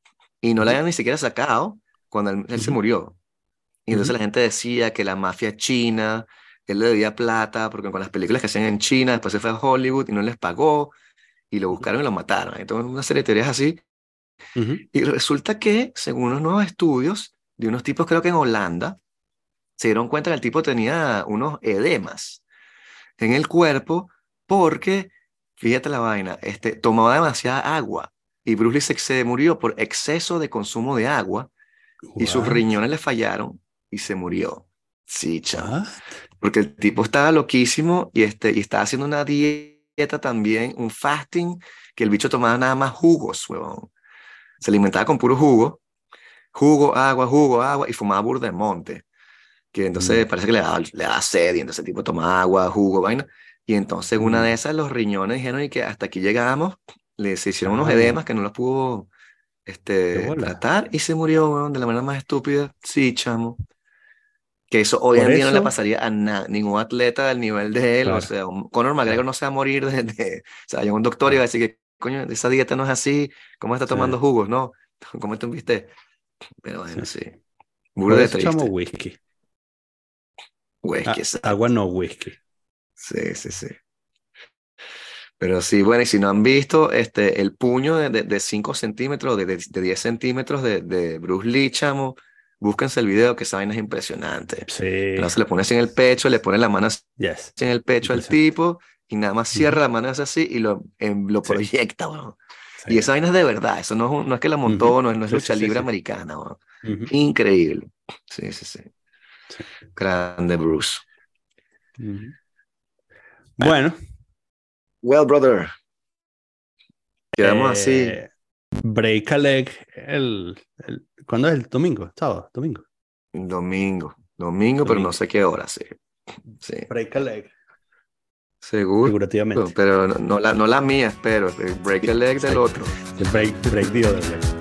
y no la Ujú. habían ni siquiera sacado cuando él, él se Ujú. murió. Y entonces Ujú. la gente decía que la mafia china, él le debía plata, porque con las películas que hacían en China, después se fue a Hollywood y no les pagó, y lo Ujú. buscaron y lo mataron. Entonces, una serie de teorías así. Ujú. Y resulta que, según unos nuevos estudios de unos tipos, creo que en Holanda, se dieron cuenta que el tipo tenía unos edemas en el cuerpo porque, fíjate la vaina, este, tomaba demasiada agua. Y Bruce Lee se, se murió por exceso de consumo de agua y sus What? riñones le fallaron y se murió. Sí, chamo. What? Porque el tipo estaba loquísimo y, este, y estaba haciendo una dieta también, un fasting, que el bicho tomaba nada más jugos, huevón. Se alimentaba con puro jugo, jugo, agua, jugo, agua, y fumaba burda de monte. Que entonces Mm. parece que le daba, le daba sed, y entonces el tipo tomaba agua, jugo, vaina. Y entonces una de Mm. esas los riñones dijeron y que hasta aquí llegamos, le se hicieron unos Chamo, edemas que no los pudo qué este, bola. tratar y se murió, weón, de la manera más estúpida. Sí, chamo. Que eso hoy Por en día no le eso, pasaría a na- ningún atleta del nivel de él. O claro, sea, un- Conor McGregor claro, no se va a morir de, de- o sea, hay un doctor y va a claro. decir que, coño, esa dieta no es así. ¿Cómo está Sí, tomando jugos? No, ¿cómo te viste? Pero sí. bueno, sí. Por Burda de eso chamo triste. whisky. Güey, que Ah, agua exacto. no whisky. Sí, sí, sí. Pero sí, bueno, y si no han visto, este, el puño de, de, de cinco centímetros, de, de, de diez centímetros de, de Bruce Lee, chamo, búsquense el video, que esa vaina es impresionante. Sí, Entonces se le pone así en el pecho, le pone la mano así yes. en el pecho al Impresionante. tipo, y nada más cierra Ujú. la mano así y lo, em, lo Sí, proyecta, weón. sí. Y esa vaina es de verdad, eso no es, un- no es que la Ujú. montó, no es, no es Sí, sí, lucha sí, libre sí. americana, weón. Ujú. Increíble. Sí, sí, sí. Sí. Grande Bruce. Ujú. Bueno, Bueno, well, brother, quedamos así. eh, break a leg el, el- ¿cuándo es el domingo? ¿Sábado? ¿Domingo? Domingo, domingo, pero no Domingo. sé qué hora, sí. Sí, Break a leg, seguro, figurativamente. pero no, no la, no la mía, espero. El break a leg del Exacto. otro. El break, break the other leg.